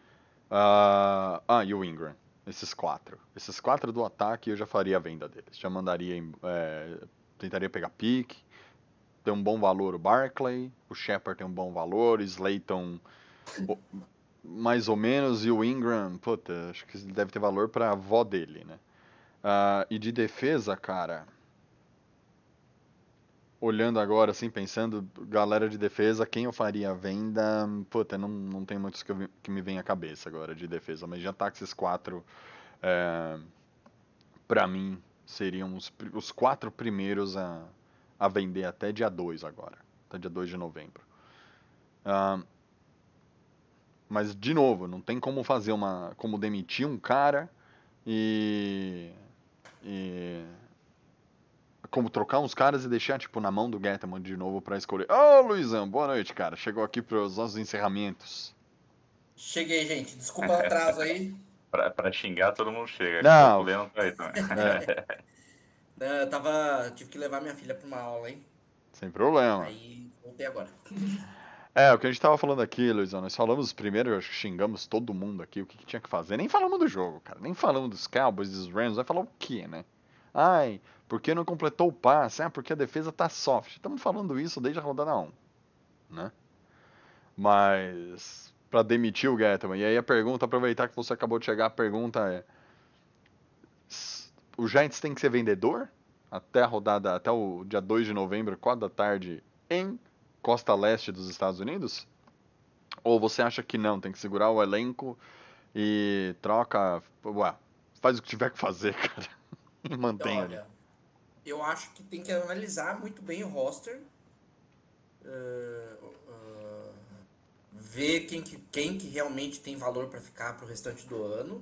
E o Ingram. Esses 4. Esses 4 do ataque eu já faria a venda deles. Já mandaria, tentaria pegar pique. Tem um bom valor o Barkley, o Shepard tem um bom valor, o Slayton. mais ou menos, e o Ingram, puta, acho que deve ter valor pra avó dele, né? E de defesa, cara, olhando agora, assim, pensando, galera de defesa, quem eu faria a venda? Puta, não tem muitos que me vem à cabeça agora de defesa, mas de ataque esses quatro, é, pra mim, seriam os quatro primeiros a vender até dia 2 agora, até dia 2 de novembro. Ah, mas, de novo, não tem como fazer como demitir um cara e como trocar uns caras e deixar, tipo, na mão do Gettman de novo pra escolher. Ô, Luizão, boa noite, cara. Chegou aqui pros nossos encerramentos. Cheguei, gente. Desculpa o atraso aí. Pra xingar, todo mundo chega. Não, O Leandro tá aí também. Tive que levar minha filha pra uma aula, hein? sem problema. Aí voltei agora. O que a gente tava falando aqui, Luizão, nós falamos primeiro, acho que xingamos todo mundo aqui, o que tinha que fazer. Nem falamos do jogo, cara. Nem falamos dos Cowboys, dos Rams. Vai falar o quê, né? Ai, por que não completou o passe? Porque a defesa tá soft. Estamos falando isso desde a rodada 1, né? Mas pra demitir o Gettman. E aí a pergunta, aproveitar que você acabou de chegar, a pergunta é: o Giants tem que ser vendedor até a rodada, até o dia 2 de novembro, 4 da tarde, em costa leste dos Estados Unidos? Ou você acha que não, tem que segurar o elenco e troca, ué, faz o que tiver que fazer, cara, e mantém ali. Olha, eu acho que tem que analisar muito bem o roster. Ver quem que realmente tem valor para ficar pro restante do ano.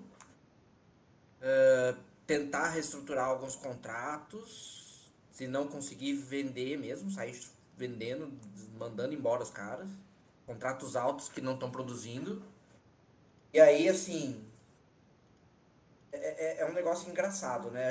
Tentar reestruturar alguns contratos. Se não conseguir vender mesmo, sair vendendo, mandando embora os caras. Contratos altos que não estão produzindo. E aí, assim, é um negócio engraçado, né?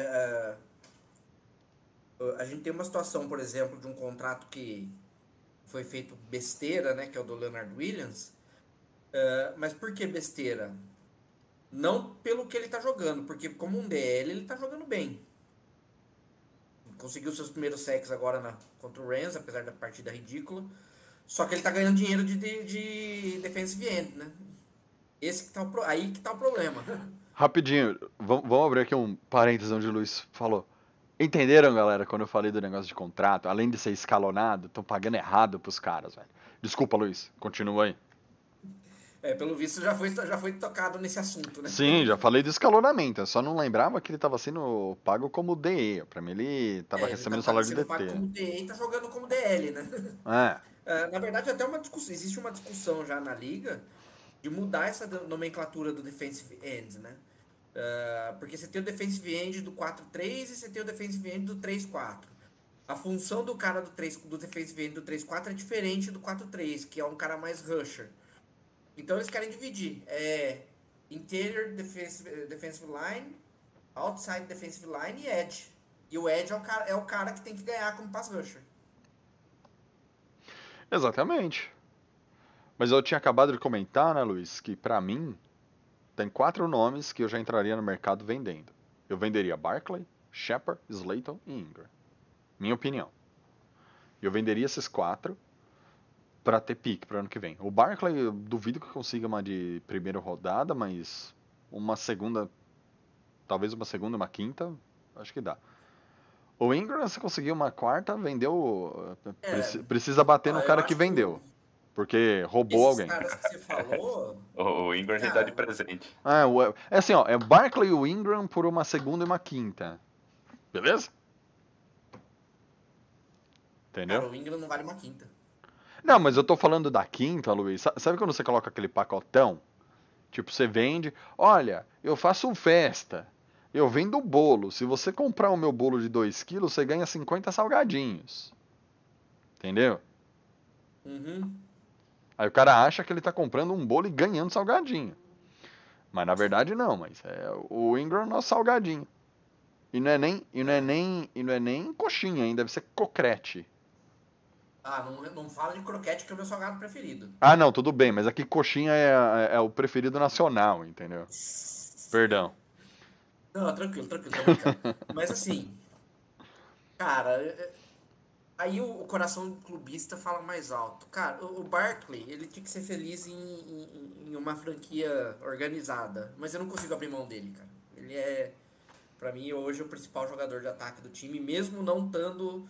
A gente tem uma situação, por exemplo, de um contrato que foi feito besteira, né? Que é o do Leonard Williams. Mas por que besteira? Não pelo que ele tá jogando, porque como um DL ele tá jogando bem. Conseguiu seus primeiros sacks agora contra o Rams, apesar da partida ridícula. Só que ele tá ganhando dinheiro de defensive end, né? Aí que tá o problema. Rapidinho, vamos abrir aqui um parênteses onde o Luiz falou. Entenderam, galera, quando eu falei do negócio de contrato? Além de ser escalonado, estão pagando errado pros caras, velho. Desculpa, Luiz, continua aí. Pelo visto já foi tocado nesse assunto, né? Sim, já falei do escalonamento, eu só não lembrava que ele tava sendo pago como DE. Pra mim ele tava recebendo salário de Ele tá sendo DT. pago como DE e tá jogando como DL, né? Na verdade, até existe uma discussão já na liga de mudar essa nomenclatura do defensive end, né? Porque você tem o defensive end do 4-3 e você tem o defensive end do 3-4. A função do cara do defensive end do 3-4 é diferente do 4-3, que é um cara mais rusher. Então eles querem dividir. Interior defensive line, outside defensive line e edge. E o edge é o cara que tem que ganhar como pass rusher. Exatamente. Mas eu tinha acabado de comentar, né, Luiz, que pra mim tem 4 nomes que eu já entraria no mercado vendendo. Eu venderia Barkley, Shepard, Slayton e Ingram. Minha opinião. Eu venderia esses 4 pra ter pique pro ano que vem. O Barkley, eu duvido que consiga uma de primeira rodada, mas uma segunda, talvez uma segunda, uma quinta, acho que dá. O Ingram, se conseguir uma quarta, vendeu. Precisa bater no cara que vendeu. Porque roubou alguém. Esses caras que você falou. O Ingram já tá de presente. É assim, ó. É Barkley e o Ingram por uma segunda e uma quinta. Beleza? Entendeu? Cara, o Ingram não vale uma quinta. Não, mas eu tô falando da quinta, Luiz. Sabe quando você coloca aquele pacotão? Tipo, você vende. Olha, eu faço festa. Eu vendo bolo. Se você comprar o meu bolo de 2 quilos, você ganha 50 salgadinhos. Entendeu? Uhum. Aí o cara acha que ele tá comprando um bolo e ganhando salgadinho. Mas na verdade não, mas o Ingram é o nosso salgadinho. E não é nem coxinha, ainda deve ser cocrete. Não fala de croquete que é o meu salgado preferido. Não, tudo bem, mas aqui coxinha é o preferido nacional, entendeu? Perdão. Não, tranquilo. Mas assim, cara, Aí o coração do clubista fala mais alto. Cara, o Barkley, ele tinha que ser feliz em uma franquia organizada. Mas eu não consigo abrir mão dele, cara. Ele é, pra mim, hoje o principal jogador de ataque do time, mesmo não estando...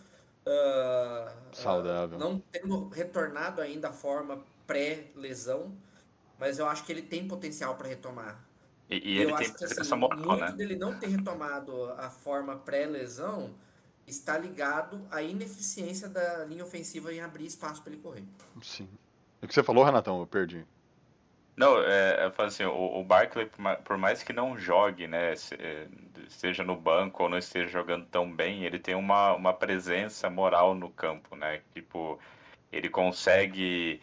Saudável. não tendo retornado ainda à forma pré-lesão. Mas eu acho que ele tem potencial para retomar. E E ele eu tem acho que, presença assim, moral, muito né? dele não ter retomado a forma pré-lesão está ligado à ineficiência da linha ofensiva em abrir espaço para ele correr. Sim. O que você falou, Renatão? Eu perdi. Não, eu falo assim, o Barkley, por mais que não jogue, né, seja no banco ou não esteja jogando tão bem, ele tem uma presença moral no campo, né? Tipo, ele consegue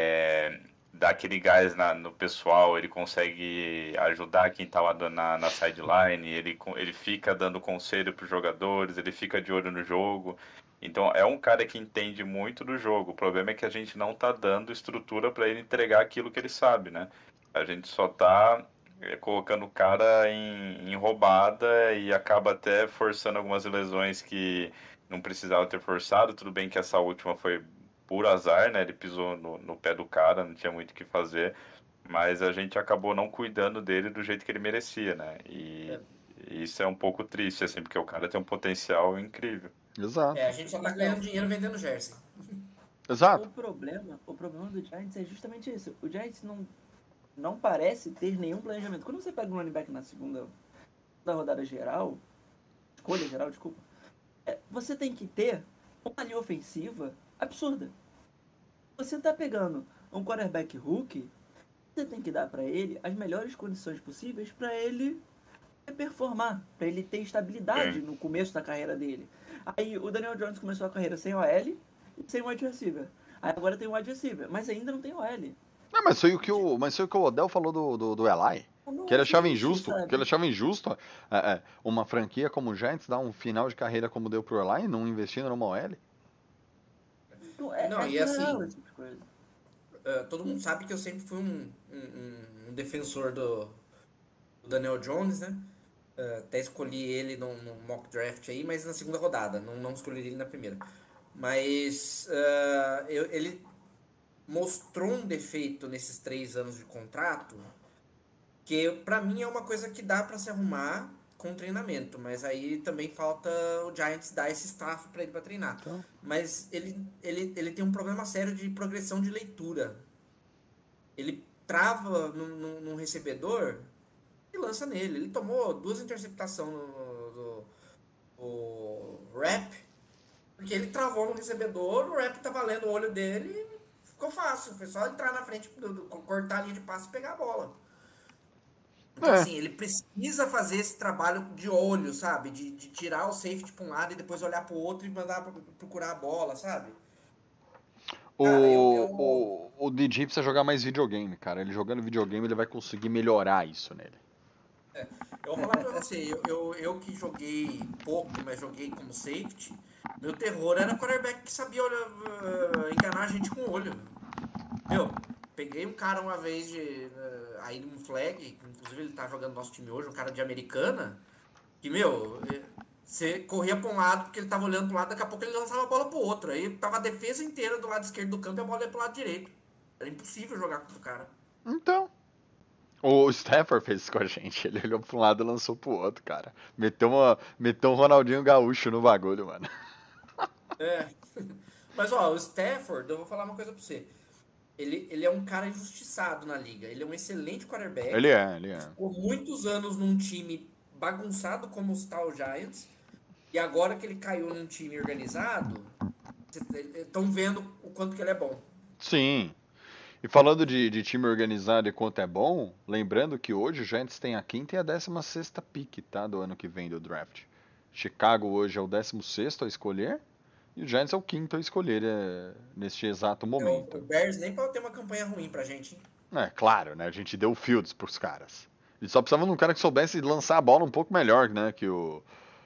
dar aquele gás no pessoal, ele consegue ajudar quem tá lá na sideline, ele fica dando conselho para os jogadores, ele fica de olho no jogo. Então é um cara que entende muito do jogo. O problema é que a gente não tá dando estrutura para ele entregar aquilo que ele sabe, né? A gente só tá colocando o cara em roubada e acaba até forçando algumas lesões que não precisava ter forçado. Tudo bem que essa última foi por azar, né? Ele pisou no pé do cara, não tinha muito o que fazer. Mas a gente acabou não cuidando dele do jeito que ele merecia, né? E isso é um pouco triste, assim, porque o cara tem um potencial incrível. A Exato. gente só tá Então, ganhando dinheiro vendendo jersey. Exato. o problema do Giants é justamente isso. O Giants não parece ter nenhum planejamento. Quando você pega um running back na segunda da rodada geral, escolha geral, desculpa, você tem que ter uma linha ofensiva absurda. Você tá pegando um quarterback rookie, você tem que dar para ele as melhores condições possíveis para ele performar, para ele ter estabilidade Sim. no começo da carreira dele. Aí o Daniel Jones começou a carreira sem OL e sem wide receiver. Aí agora tem wide receiver, mas ainda não tem OL. Não, mas foi o que o Odell falou do Eli. Que Não ele achava existe, injusto, que ele sabe? achava injusto uma franquia como o Giants dar um final de carreira como deu pro Eli, não investindo numa OL. Não, Não, é e surreal assim, esse tipo de coisa. todo mundo sabe que eu sempre fui um defensor do Daniel Jones, né? Até escolhi ele no mock draft aí, mas na segunda rodada, não escolhi ele na primeira. Mas ele mostrou um defeito nesses 3 anos de contrato, que pra mim é uma coisa que dá pra se arrumar com treinamento, mas aí também falta o Giants dar esse staff pra ele pra treinar. Então, Mas ele tem um problema sério de progressão de leitura. Ele trava num recebedor e lança nele. Ele tomou 2 interceptações no rap, porque ele travou no recebedor, o rap tava lendo o olho dele e ficou fácil. Foi só entrar na frente, cortar a linha de passe e pegar a bola. Então, é. assim, ele precisa fazer esse trabalho de olho, sabe? De tirar o safety pra um lado e depois olhar pro outro e mandar procurar a bola, sabe? Cara, O DJ precisa jogar mais videogame, cara. Ele jogando videogame, ele vai conseguir melhorar isso nele. eu vou falar pra você, eu que joguei pouco, mas joguei como safety, meu terror era quarterback que sabia enganar a gente com o olho. Meu, peguei um cara uma vez aí num flag, inclusive ele tá jogando no nosso time hoje, um cara de Americana, que, meu, você corria pra um lado porque ele tava olhando pro lado, daqui a pouco ele lançava a bola pro outro. Aí tava a defesa inteira do lado esquerdo do campo e a bola ia pro lado direito. Era impossível jogar contra o cara. Então, o Stafford fez isso com a gente. Ele olhou pra um lado e lançou pro outro, cara. Meteu um Ronaldinho Gaúcho no bagulho, mano. É. Mas, ó, o Stafford, eu vou falar uma coisa pra você. Ele é um cara injustiçado na liga. Ele é um excelente Ele quarterback. é, ele é. Ficou muitos anos num time bagunçado como os tal Giants. E agora que ele caiu num time organizado, estão vendo o quanto que ele é bom. Sim. E falando de time organizado e quanto é bom, lembrando que hoje o Giants tem a quinta e a 16ª pick, tá? Do ano que vem do draft. Chicago hoje é o 16º a escolher e o Giants é o quinto a escolher neste exato O momento. Bears nem pode ter uma campanha ruim pra gente, hein? É, claro, né? A gente deu Fields pros caras. Eles só precisavam de um cara que soubesse lançar a bola um pouco melhor, né? Que o.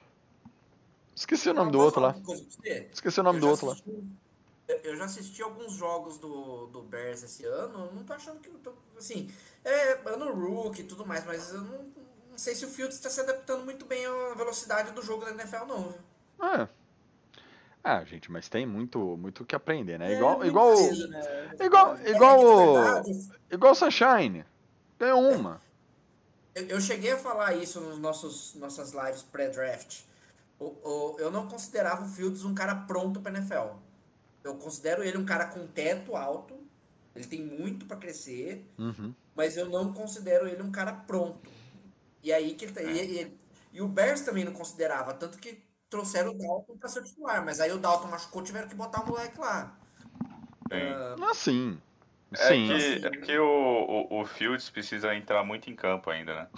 Esqueci o nome Mas do posso outro falar lá. uma coisa pra você? Esqueci o nome Eu do já outro lá. assisti, eu já assisti alguns jogos do Bears esse ano. Eu não tô achando que. Assim, ano rookie e tudo mais, mas eu não sei se o Fields está se adaptando muito bem à velocidade do jogo da NFL, não. É. Ah, gente, mas tem muito o que aprender, né? É, Igual muito igual cedo, né? igual É que, na igual verdade, igual o Sunshine. Ganhou uma. eu cheguei a falar isso nos nossas lives pré-draft. Eu não considerava o Fields um cara pronto para NFL. Eu considero ele um cara com teto alto. Ele tem muito para crescer, Uhum. mas eu não considero ele um cara pronto. E aí que ele tá, e o Bears também não considerava, tanto que trouxeram o Dalton para ser titular, mas aí o Dalton machucou, tiveram que botar o moleque lá. Sim. Assim. É Sim. Então que, assim, é que o Fields precisa entrar muito em campo ainda, né?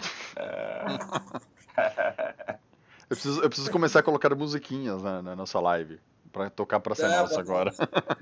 Eu preciso começar a colocar musiquinhas na nossa live. Pra tocar pra ser não, nossa botar agora.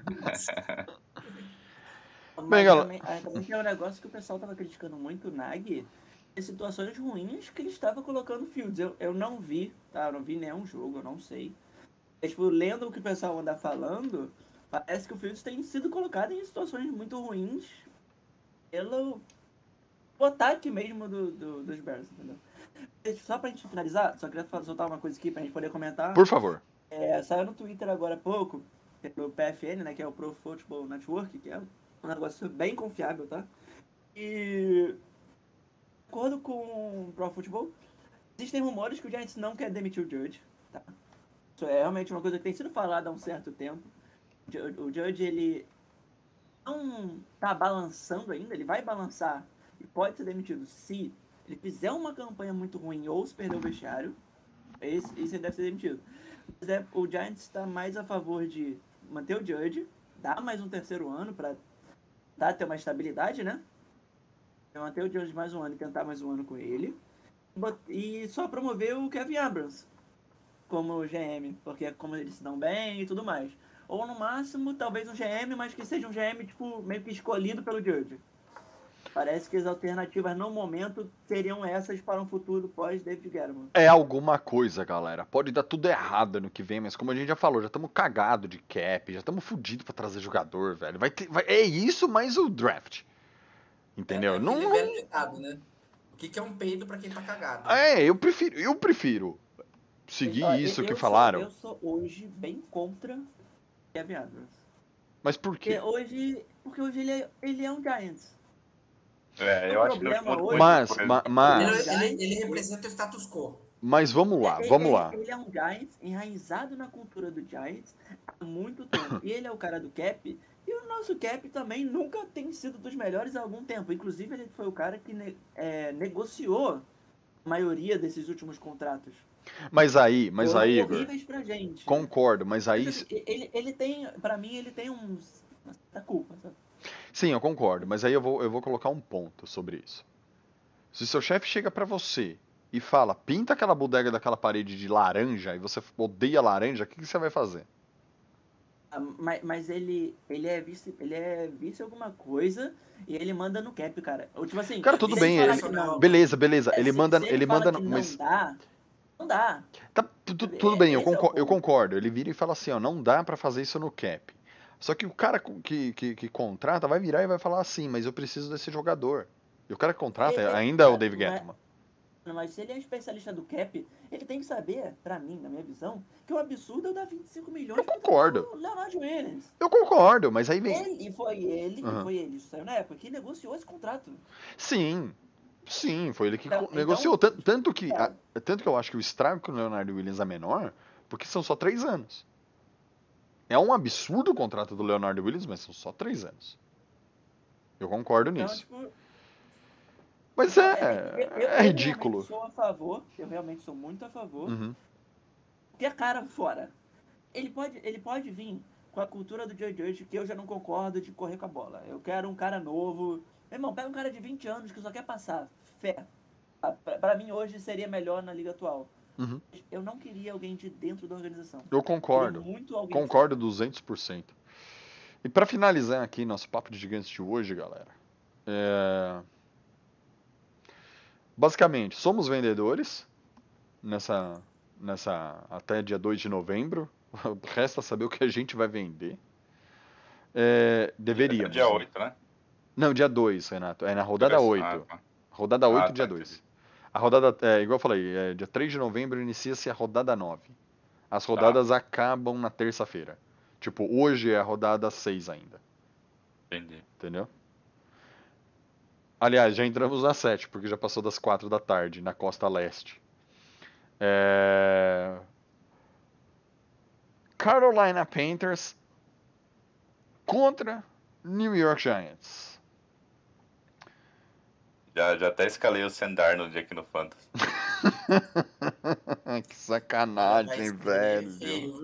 Bem, Mas galera. também tem um negócio que o pessoal tava criticando muito o Nagy, em situações ruins que ele estava colocando Fields. Eu não vi, tá? Eu não vi nenhum jogo, eu não sei. Mas, tipo, lendo o que o pessoal anda falando, parece que o Fields tem sido colocado em situações muito ruins pelo o ataque mesmo dos Bears, entendeu? Só pra gente finalizar, só queria soltar uma coisa aqui pra gente poder comentar. Por favor. Saiu no Twitter agora há pouco, pelo PFN, né, que é o Pro Football Network, que é um negócio bem confiável, tá? E, de acordo com o Pro Football, existem rumores que o Giants não quer demitir o Judge, tá? Isso é realmente uma coisa que tem sido falada há um certo tempo. O Judge, ele não tá balançando ainda, ele vai balançar e pode ser demitido se ele fizer uma campanha muito ruim ou se perder o vestiário. Isso ele deve ser demitido. Mas o Giants está mais a favor de manter o Judge, dar mais um terceiro ano para ter uma estabilidade, né? Manter o Judge mais um ano e tentar mais um ano com ele. E só promover o Kevin Abrams como GM, porque é como eles se dão bem e tudo mais. Ou no máximo, talvez um GM, mas que seja um GM tipo, meio que escolhido pelo Judge. Parece que as alternativas no momento seriam essas para um futuro pós-David Gettleman. É alguma coisa, galera. Pode dar tudo errado no que vem, mas como a gente já falou, já estamos cagados de cap, já estamos fodidos pra trazer jogador, velho. É isso mais o draft. Entendeu? é aquele velho ditado, né? O que é um peido pra quem tá cagado? Eu prefiro seguir isso que falaram. Eu sou hoje bem contra Kevin Abrams. Mas por quê? Porque hoje ele é um Giants. Eu acho que ele representa o status quo. Mas vamos lá. Ele é um Giants enraizado na cultura do Giants há muito tempo. E ele é o cara do cap. E o nosso cap também nunca tem sido dos melhores há algum tempo. Inclusive, ele foi o cara que negociou a maioria desses últimos contratos. Mas aí, Igor, horríveis pra gente. Concordo, mas aí... Mas, assim, ele tem, pra mim, ele tem uma certa culpa, sabe? Sim, eu concordo, mas aí eu vou colocar um ponto sobre isso. Se seu chefe chega pra você e fala, pinta aquela bodega daquela parede de laranja, e você odeia laranja, o que você vai fazer? Mas ele é vice alguma coisa e ele manda no cap, cara. Ou, tipo assim, cara, tudo bem, beleza. Ele manda mas não dá. Tá, tudo bem, eu concordo. Ele vira e fala assim, ó, não dá pra fazer isso no cap. Só que o cara que contrata vai virar e vai falar assim, mas eu preciso desse jogador. E o cara que contrata ainda é o Dave Gettleman. Mas se ele é especialista do cap, ele tem que saber, pra mim, na minha visão, que o absurdo é o dar 25 milhões eu concordo. pro Leonard Williams. Eu concordo, mas aí vem... Foi ele, isso saiu na época, que negociou esse contrato. Sim, foi ele que negociou. Tanto que eu acho que o estrago com o Leonard Williams é menor, porque são só 3 anos. É um absurdo o contrato do Leonard Williams, mas são só 3 anos. Eu concordo nisso. Tipo, mas é ridículo. Eu realmente sou muito a favor. Uhum. Porque a cara fora. Ele pode vir com a cultura do Joe Judge, que eu já não concordo de correr com a bola. Eu quero um cara novo. Meu irmão, pega um cara de 20 anos que só quer passar. Fé. Pra mim, hoje, seria melhor na liga atual. Uhum. Eu não queria alguém de dentro da organização. Eu concordo. Concordo 200%. E pra finalizar aqui nosso papo de gigantes de hoje, galera. Basicamente, somos vendedores nessa até dia 2 de novembro. Resta saber o que a gente vai vender. Deveríamos. Dia 8, né? Não, dia 2, Renato. É na rodada 8. Rodada 8, dia 2. A rodada, igual eu falei, dia 3 de novembro inicia-se a rodada 9. As rodadas acabam na terça-feira. Tipo, hoje é a rodada 6 ainda. Entendi. Entendeu? Aliás, já entramos na 7, porque já passou das 4 da tarde, na costa leste. Carolina Panthers contra New York Giants. Já até escalei o Sam Darnold aqui no Fantasy. Que sacanagem, velho.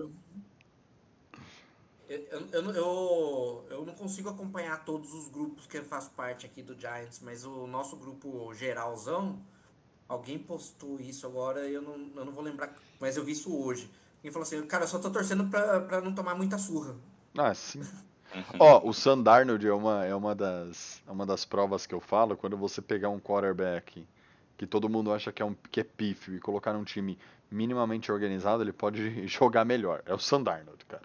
Eu não consigo acompanhar todos os grupos que eu faço parte aqui do Giants, mas o nosso grupo geralzão, alguém postou isso agora, eu não vou lembrar, mas eu vi isso hoje. Alguém falou assim, cara, eu só tô torcendo pra não tomar muita surra. Ah, sim. Ó, o Sam Darnold é uma das provas que eu falo, quando você pegar um quarterback que todo mundo acha que é pífio e colocar num time minimamente organizado, ele pode jogar melhor. É o Sam Darnold, cara.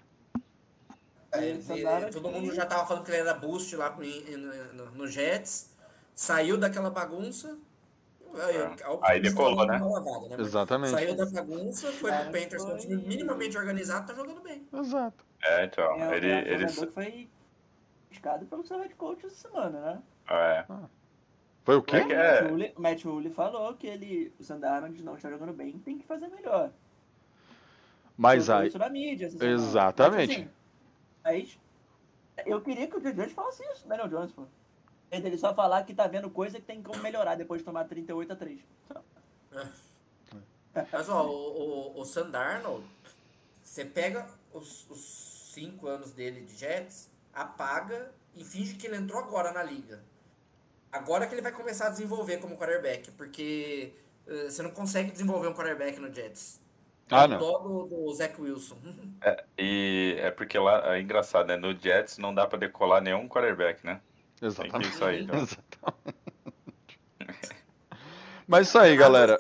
Todo mundo já tava falando que ele era boost lá no Jets, saiu daquela bagunça. Aí decolou, né? Lavada, né? Exatamente. Saiu da bagunça, foi pro Panthers, que é um time minimamente organizado, tá jogando bem. Exato. Então, ele foi criticado pelo seu head coach essa semana, né? Foi o quê? O Matt Rhule falou que o Sam Darnold não está jogando bem, tem que fazer melhor. Mas aí... isso na mídia essa Exatamente. Mas eu queria que o Joe Jones falasse isso, Daniel Jones, pô. Ele só falar que tá vendo coisa que tem como melhorar depois de tomar 38-3. Mas, ó, o Sam Darnold, você pega os 5 anos dele de Jets, apaga e finge que ele entrou agora na liga. Agora que ele vai começar a desenvolver como quarterback, porque você não consegue desenvolver um quarterback no Jets. Não. Do Zach Wilson. E é porque lá, é engraçado, né? No Jets não dá pra decolar nenhum quarterback, né? Exatamente. Tem que isso aí, então. Exatamente. Mas isso aí, galera.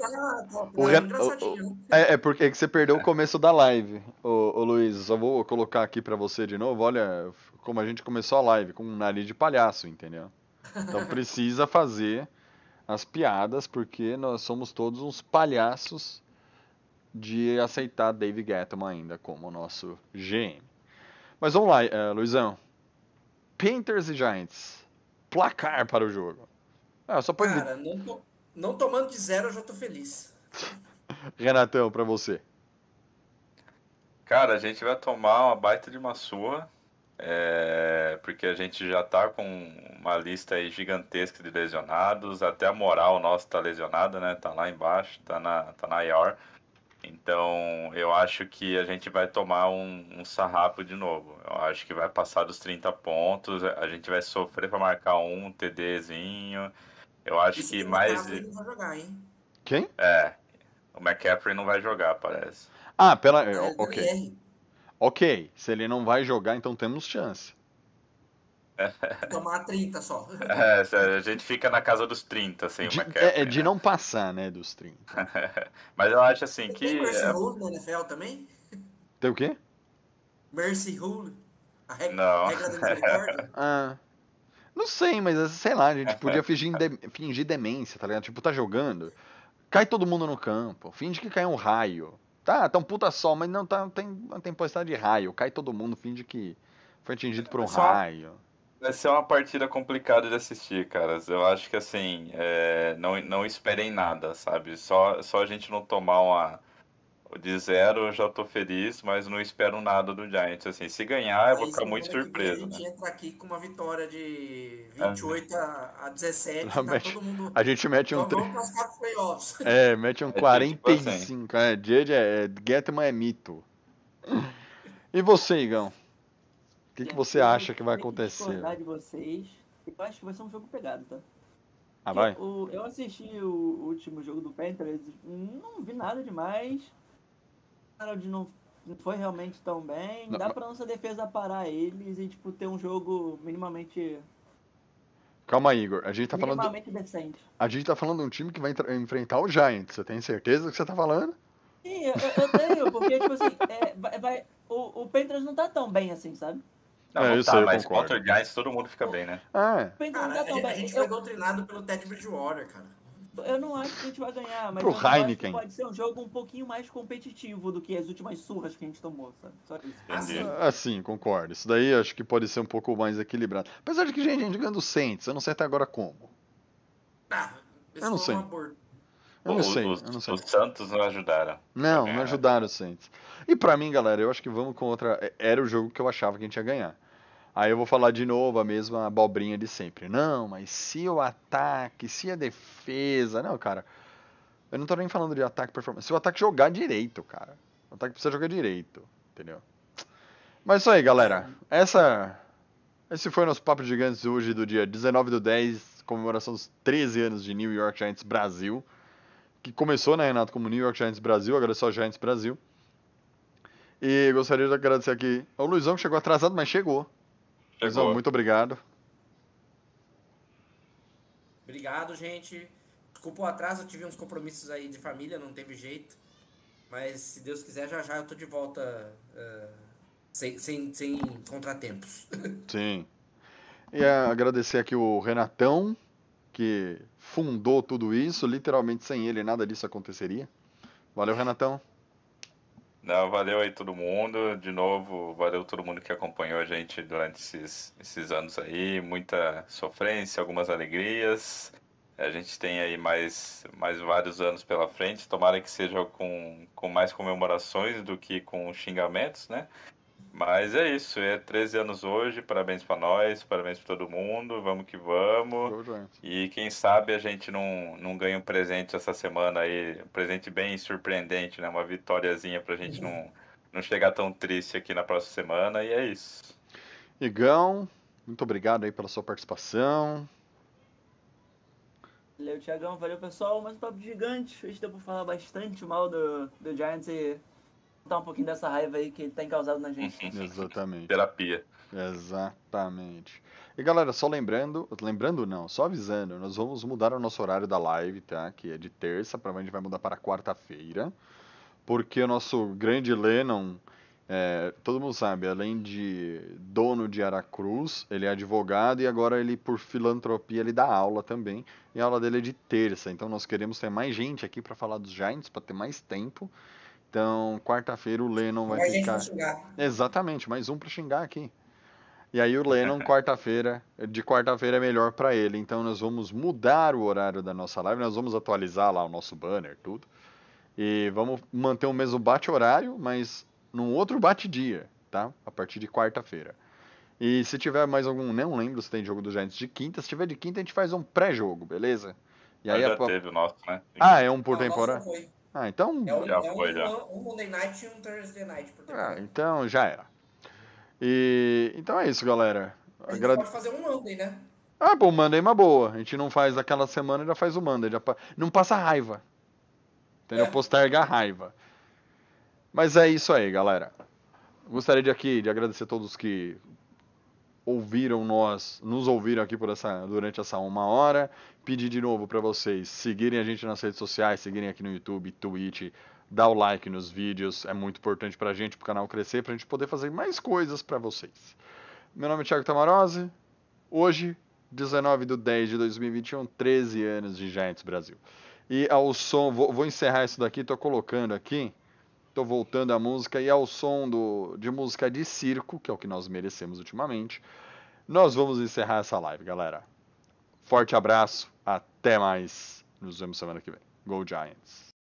É porque você perdeu o começo da live, ô Luiz. Só vou colocar aqui pra você de novo. Olha como a gente começou a live, com um nariz de palhaço, entendeu? Então precisa fazer as piadas, porque nós somos todos uns palhaços de aceitar Dave Gettleman ainda como nosso GM. Mas vamos lá, Luizão. Panthers e Giants. Placar para o jogo. Cara, não tomando de 0 eu já tô feliz. Renatão, pra você. Cara, a gente vai tomar uma baita de uma surra, porque a gente já tá com uma lista aí gigantesca de lesionados, até a moral nossa tá lesionada, né? Tá lá embaixo, tá na IR. Então, eu acho que a gente vai tomar um sarrafo de novo. Eu acho que vai passar dos 30 pontos, a gente vai sofrer para marcar um TDzinho. Eu acho Isso que o mais... McCaffrey não vai jogar, hein? Quem? O McCaffrey não vai jogar, parece. Ok. Ok, se ele não vai jogar, então temos chance. Tomar 30 só. A gente fica na casa dos 30 sem o McCaffrey. De não passar, né, dos 30. Mas eu acho assim que... Tem Mercy Rule na NFL também? Tem o quê? Mercy Rule? A regra da misericórdia? Não sei, mas sei lá, a gente podia fingir demência, tá ligado? Tipo, tá jogando, cai todo mundo no campo, finge que cai um raio. Tá um puta sol, mas não tem uma tempestade de raio, cai todo mundo, finge que foi atingido por um raio. Vai ser uma partida complicada de assistir, caras. Eu acho que assim, não esperem nada, sabe? Só a gente não tomar de 0 eu já tô feliz, mas não espero nada do Giants. Assim, se ganhar, eu vou ficar muito surpreso. A gente entra aqui com uma vitória de 28 a 17, tá todo mundo... A gente mete um... Vamos passar pros playoffs. Mete um 45. Gettleman é mito. E você, Igão? O que você acha que vai acontecer? Eu discordar de vocês. Eu acho que vai ser um jogo pegado, tá? Vai? Eu assisti o último jogo do Panthers, não vi nada demais. Não foi realmente tão bem. Dá pra nossa defesa parar eles e ter um jogo minimamente... Calma, Igor. A gente tá minimamente decente. A gente tá falando de um time que vai enfrentar o Giants. Você tem certeza do que você tá falando? Sim, eu tenho, porque, o Panthers não tá tão bem assim, sabe? Mas contra o Giants todo mundo fica bem, né? Cara, a gente foi doutrinado pelo Ted Bridgewater, cara. Eu não acho que a gente vai ganhar, mas Pro eu acho Heineken. que pode ser um jogo um pouquinho mais competitivo do que as últimas surras que a gente tomou, sabe? Só isso. Entendi. Assim, concordo. Isso daí acho que pode ser um pouco mais equilibrado. Apesar de que, gente, a gente ganha do Saints. Eu não sei até agora como. Esse Eu não foi sei. um aborto. Eu não sei, eu não sei. Os Santos não ajudaram. Não, pra não ganhar. ajudaram o Saints. E pra mim, galera, eu acho que vamos com outra. Era o jogo que eu achava que a gente ia ganhar. Aí eu vou falar de novo a mesma abobrinha de sempre. Não, mas se o ataque, se a defesa. Não, cara. Eu não tô nem falando de ataque e performance. Se o ataque jogar direito, cara. O ataque precisa jogar direito. Entendeu? Mas isso aí, galera. Esse foi o nosso Papo Gigantes hoje do dia 19/10, comemoração dos 13 anos de New York Giants Brasil. Que começou, né, Renato, como New York Giants Brasil, agora é só Giants Brasil. E gostaria de agradecer aqui ao Luizão, que chegou atrasado, mas chegou. Luizão, muito obrigado. Obrigado, gente. Desculpa o atraso, eu tive uns compromissos aí de família, não teve jeito. Mas se Deus quiser, já já eu tô de volta sem contratempos. Sim. E agradecer aqui o Renatão, que fundou tudo isso. Literalmente sem ele nada disso aconteceria. Valeu, Renatão. Não, valeu aí todo mundo. De novo, valeu todo mundo que acompanhou a gente durante esses anos aí. Muita sofrência, algumas alegrias. A gente tem aí mais vários anos pela frente. Tomara que seja com mais comemorações do que com xingamentos, né? Mas é isso, é 13 anos hoje, parabéns pra nós, parabéns pra todo mundo, vamos que vamos. Go Giants. E quem sabe a gente não ganha um presente essa semana aí, um presente bem surpreendente, né? Uma vitóriazinha pra gente não chegar tão triste aqui na próxima semana, e é isso. Igão, muito obrigado aí pela sua participação. Valeu, Thiagão. Valeu, pessoal. Mais um papo gigante. Hoje deu pra falar bastante mal do Giants e contar um pouquinho dessa raiva aí que ele tem causado na gente. Exatamente. Terapia. Exatamente. E galera, só lembrando não, só avisando, nós vamos mudar o nosso horário da live, tá? Que é de terça, a gente vai mudar para quarta-feira, porque o nosso grande Lennon, todo mundo sabe, além de dono de Aracruz, ele é advogado e agora ele, por filantropia, ele dá aula também, e a aula dele é de terça, então nós queremos ter mais gente aqui para falar dos Giants, para ter mais tempo. Então, quarta-feira o Lennon vai Mais gente ficar. pra xingar. Exatamente, mais um pra xingar aqui. E aí o Lennon, de quarta-feira é melhor pra ele. Então nós vamos mudar o horário da nossa live, nós vamos atualizar lá o nosso banner, tudo. E vamos manter o mesmo bate-horário, mas num outro bate-dia, tá? A partir de quarta-feira. E se tiver mais algum, não lembro se tem jogo do Giants de quinta. Se tiver de quinta, a gente faz um pré-jogo, beleza? E aí Já teve o nosso, né? é um por Não, nosso temporada? já foi. Ah, então. Já foi. Um Monday Night e um Thursday Night por temporada. Então já era. E então é isso, galera. A gente pode fazer um Monday, né? Pô, o Monday é uma boa. A gente não faz aquela semana e já faz o Monday. Não passa raiva. Entendeu? Posterga a raiva. Mas é isso aí, galera. Gostaria de agradecer a todos que nos ouviram aqui durante essa 1 hora. Pedir de novo para vocês seguirem a gente nas redes sociais, seguirem aqui no YouTube, Twitch, dar o like nos vídeos, é muito importante pra gente, pro canal crescer, pra gente poder fazer mais coisas pra vocês. Meu nome é Thiago Tamarose, hoje, 19/10/2021, 13 anos de Giants Brasil. E ao som, vou encerrar isso daqui, tô colocando aqui, tô voltando a música, e ao som de música de circo, que é o que nós merecemos ultimamente, nós vamos encerrar essa live, galera. Forte abraço, até mais, nos vemos semana que vem. Go Giants!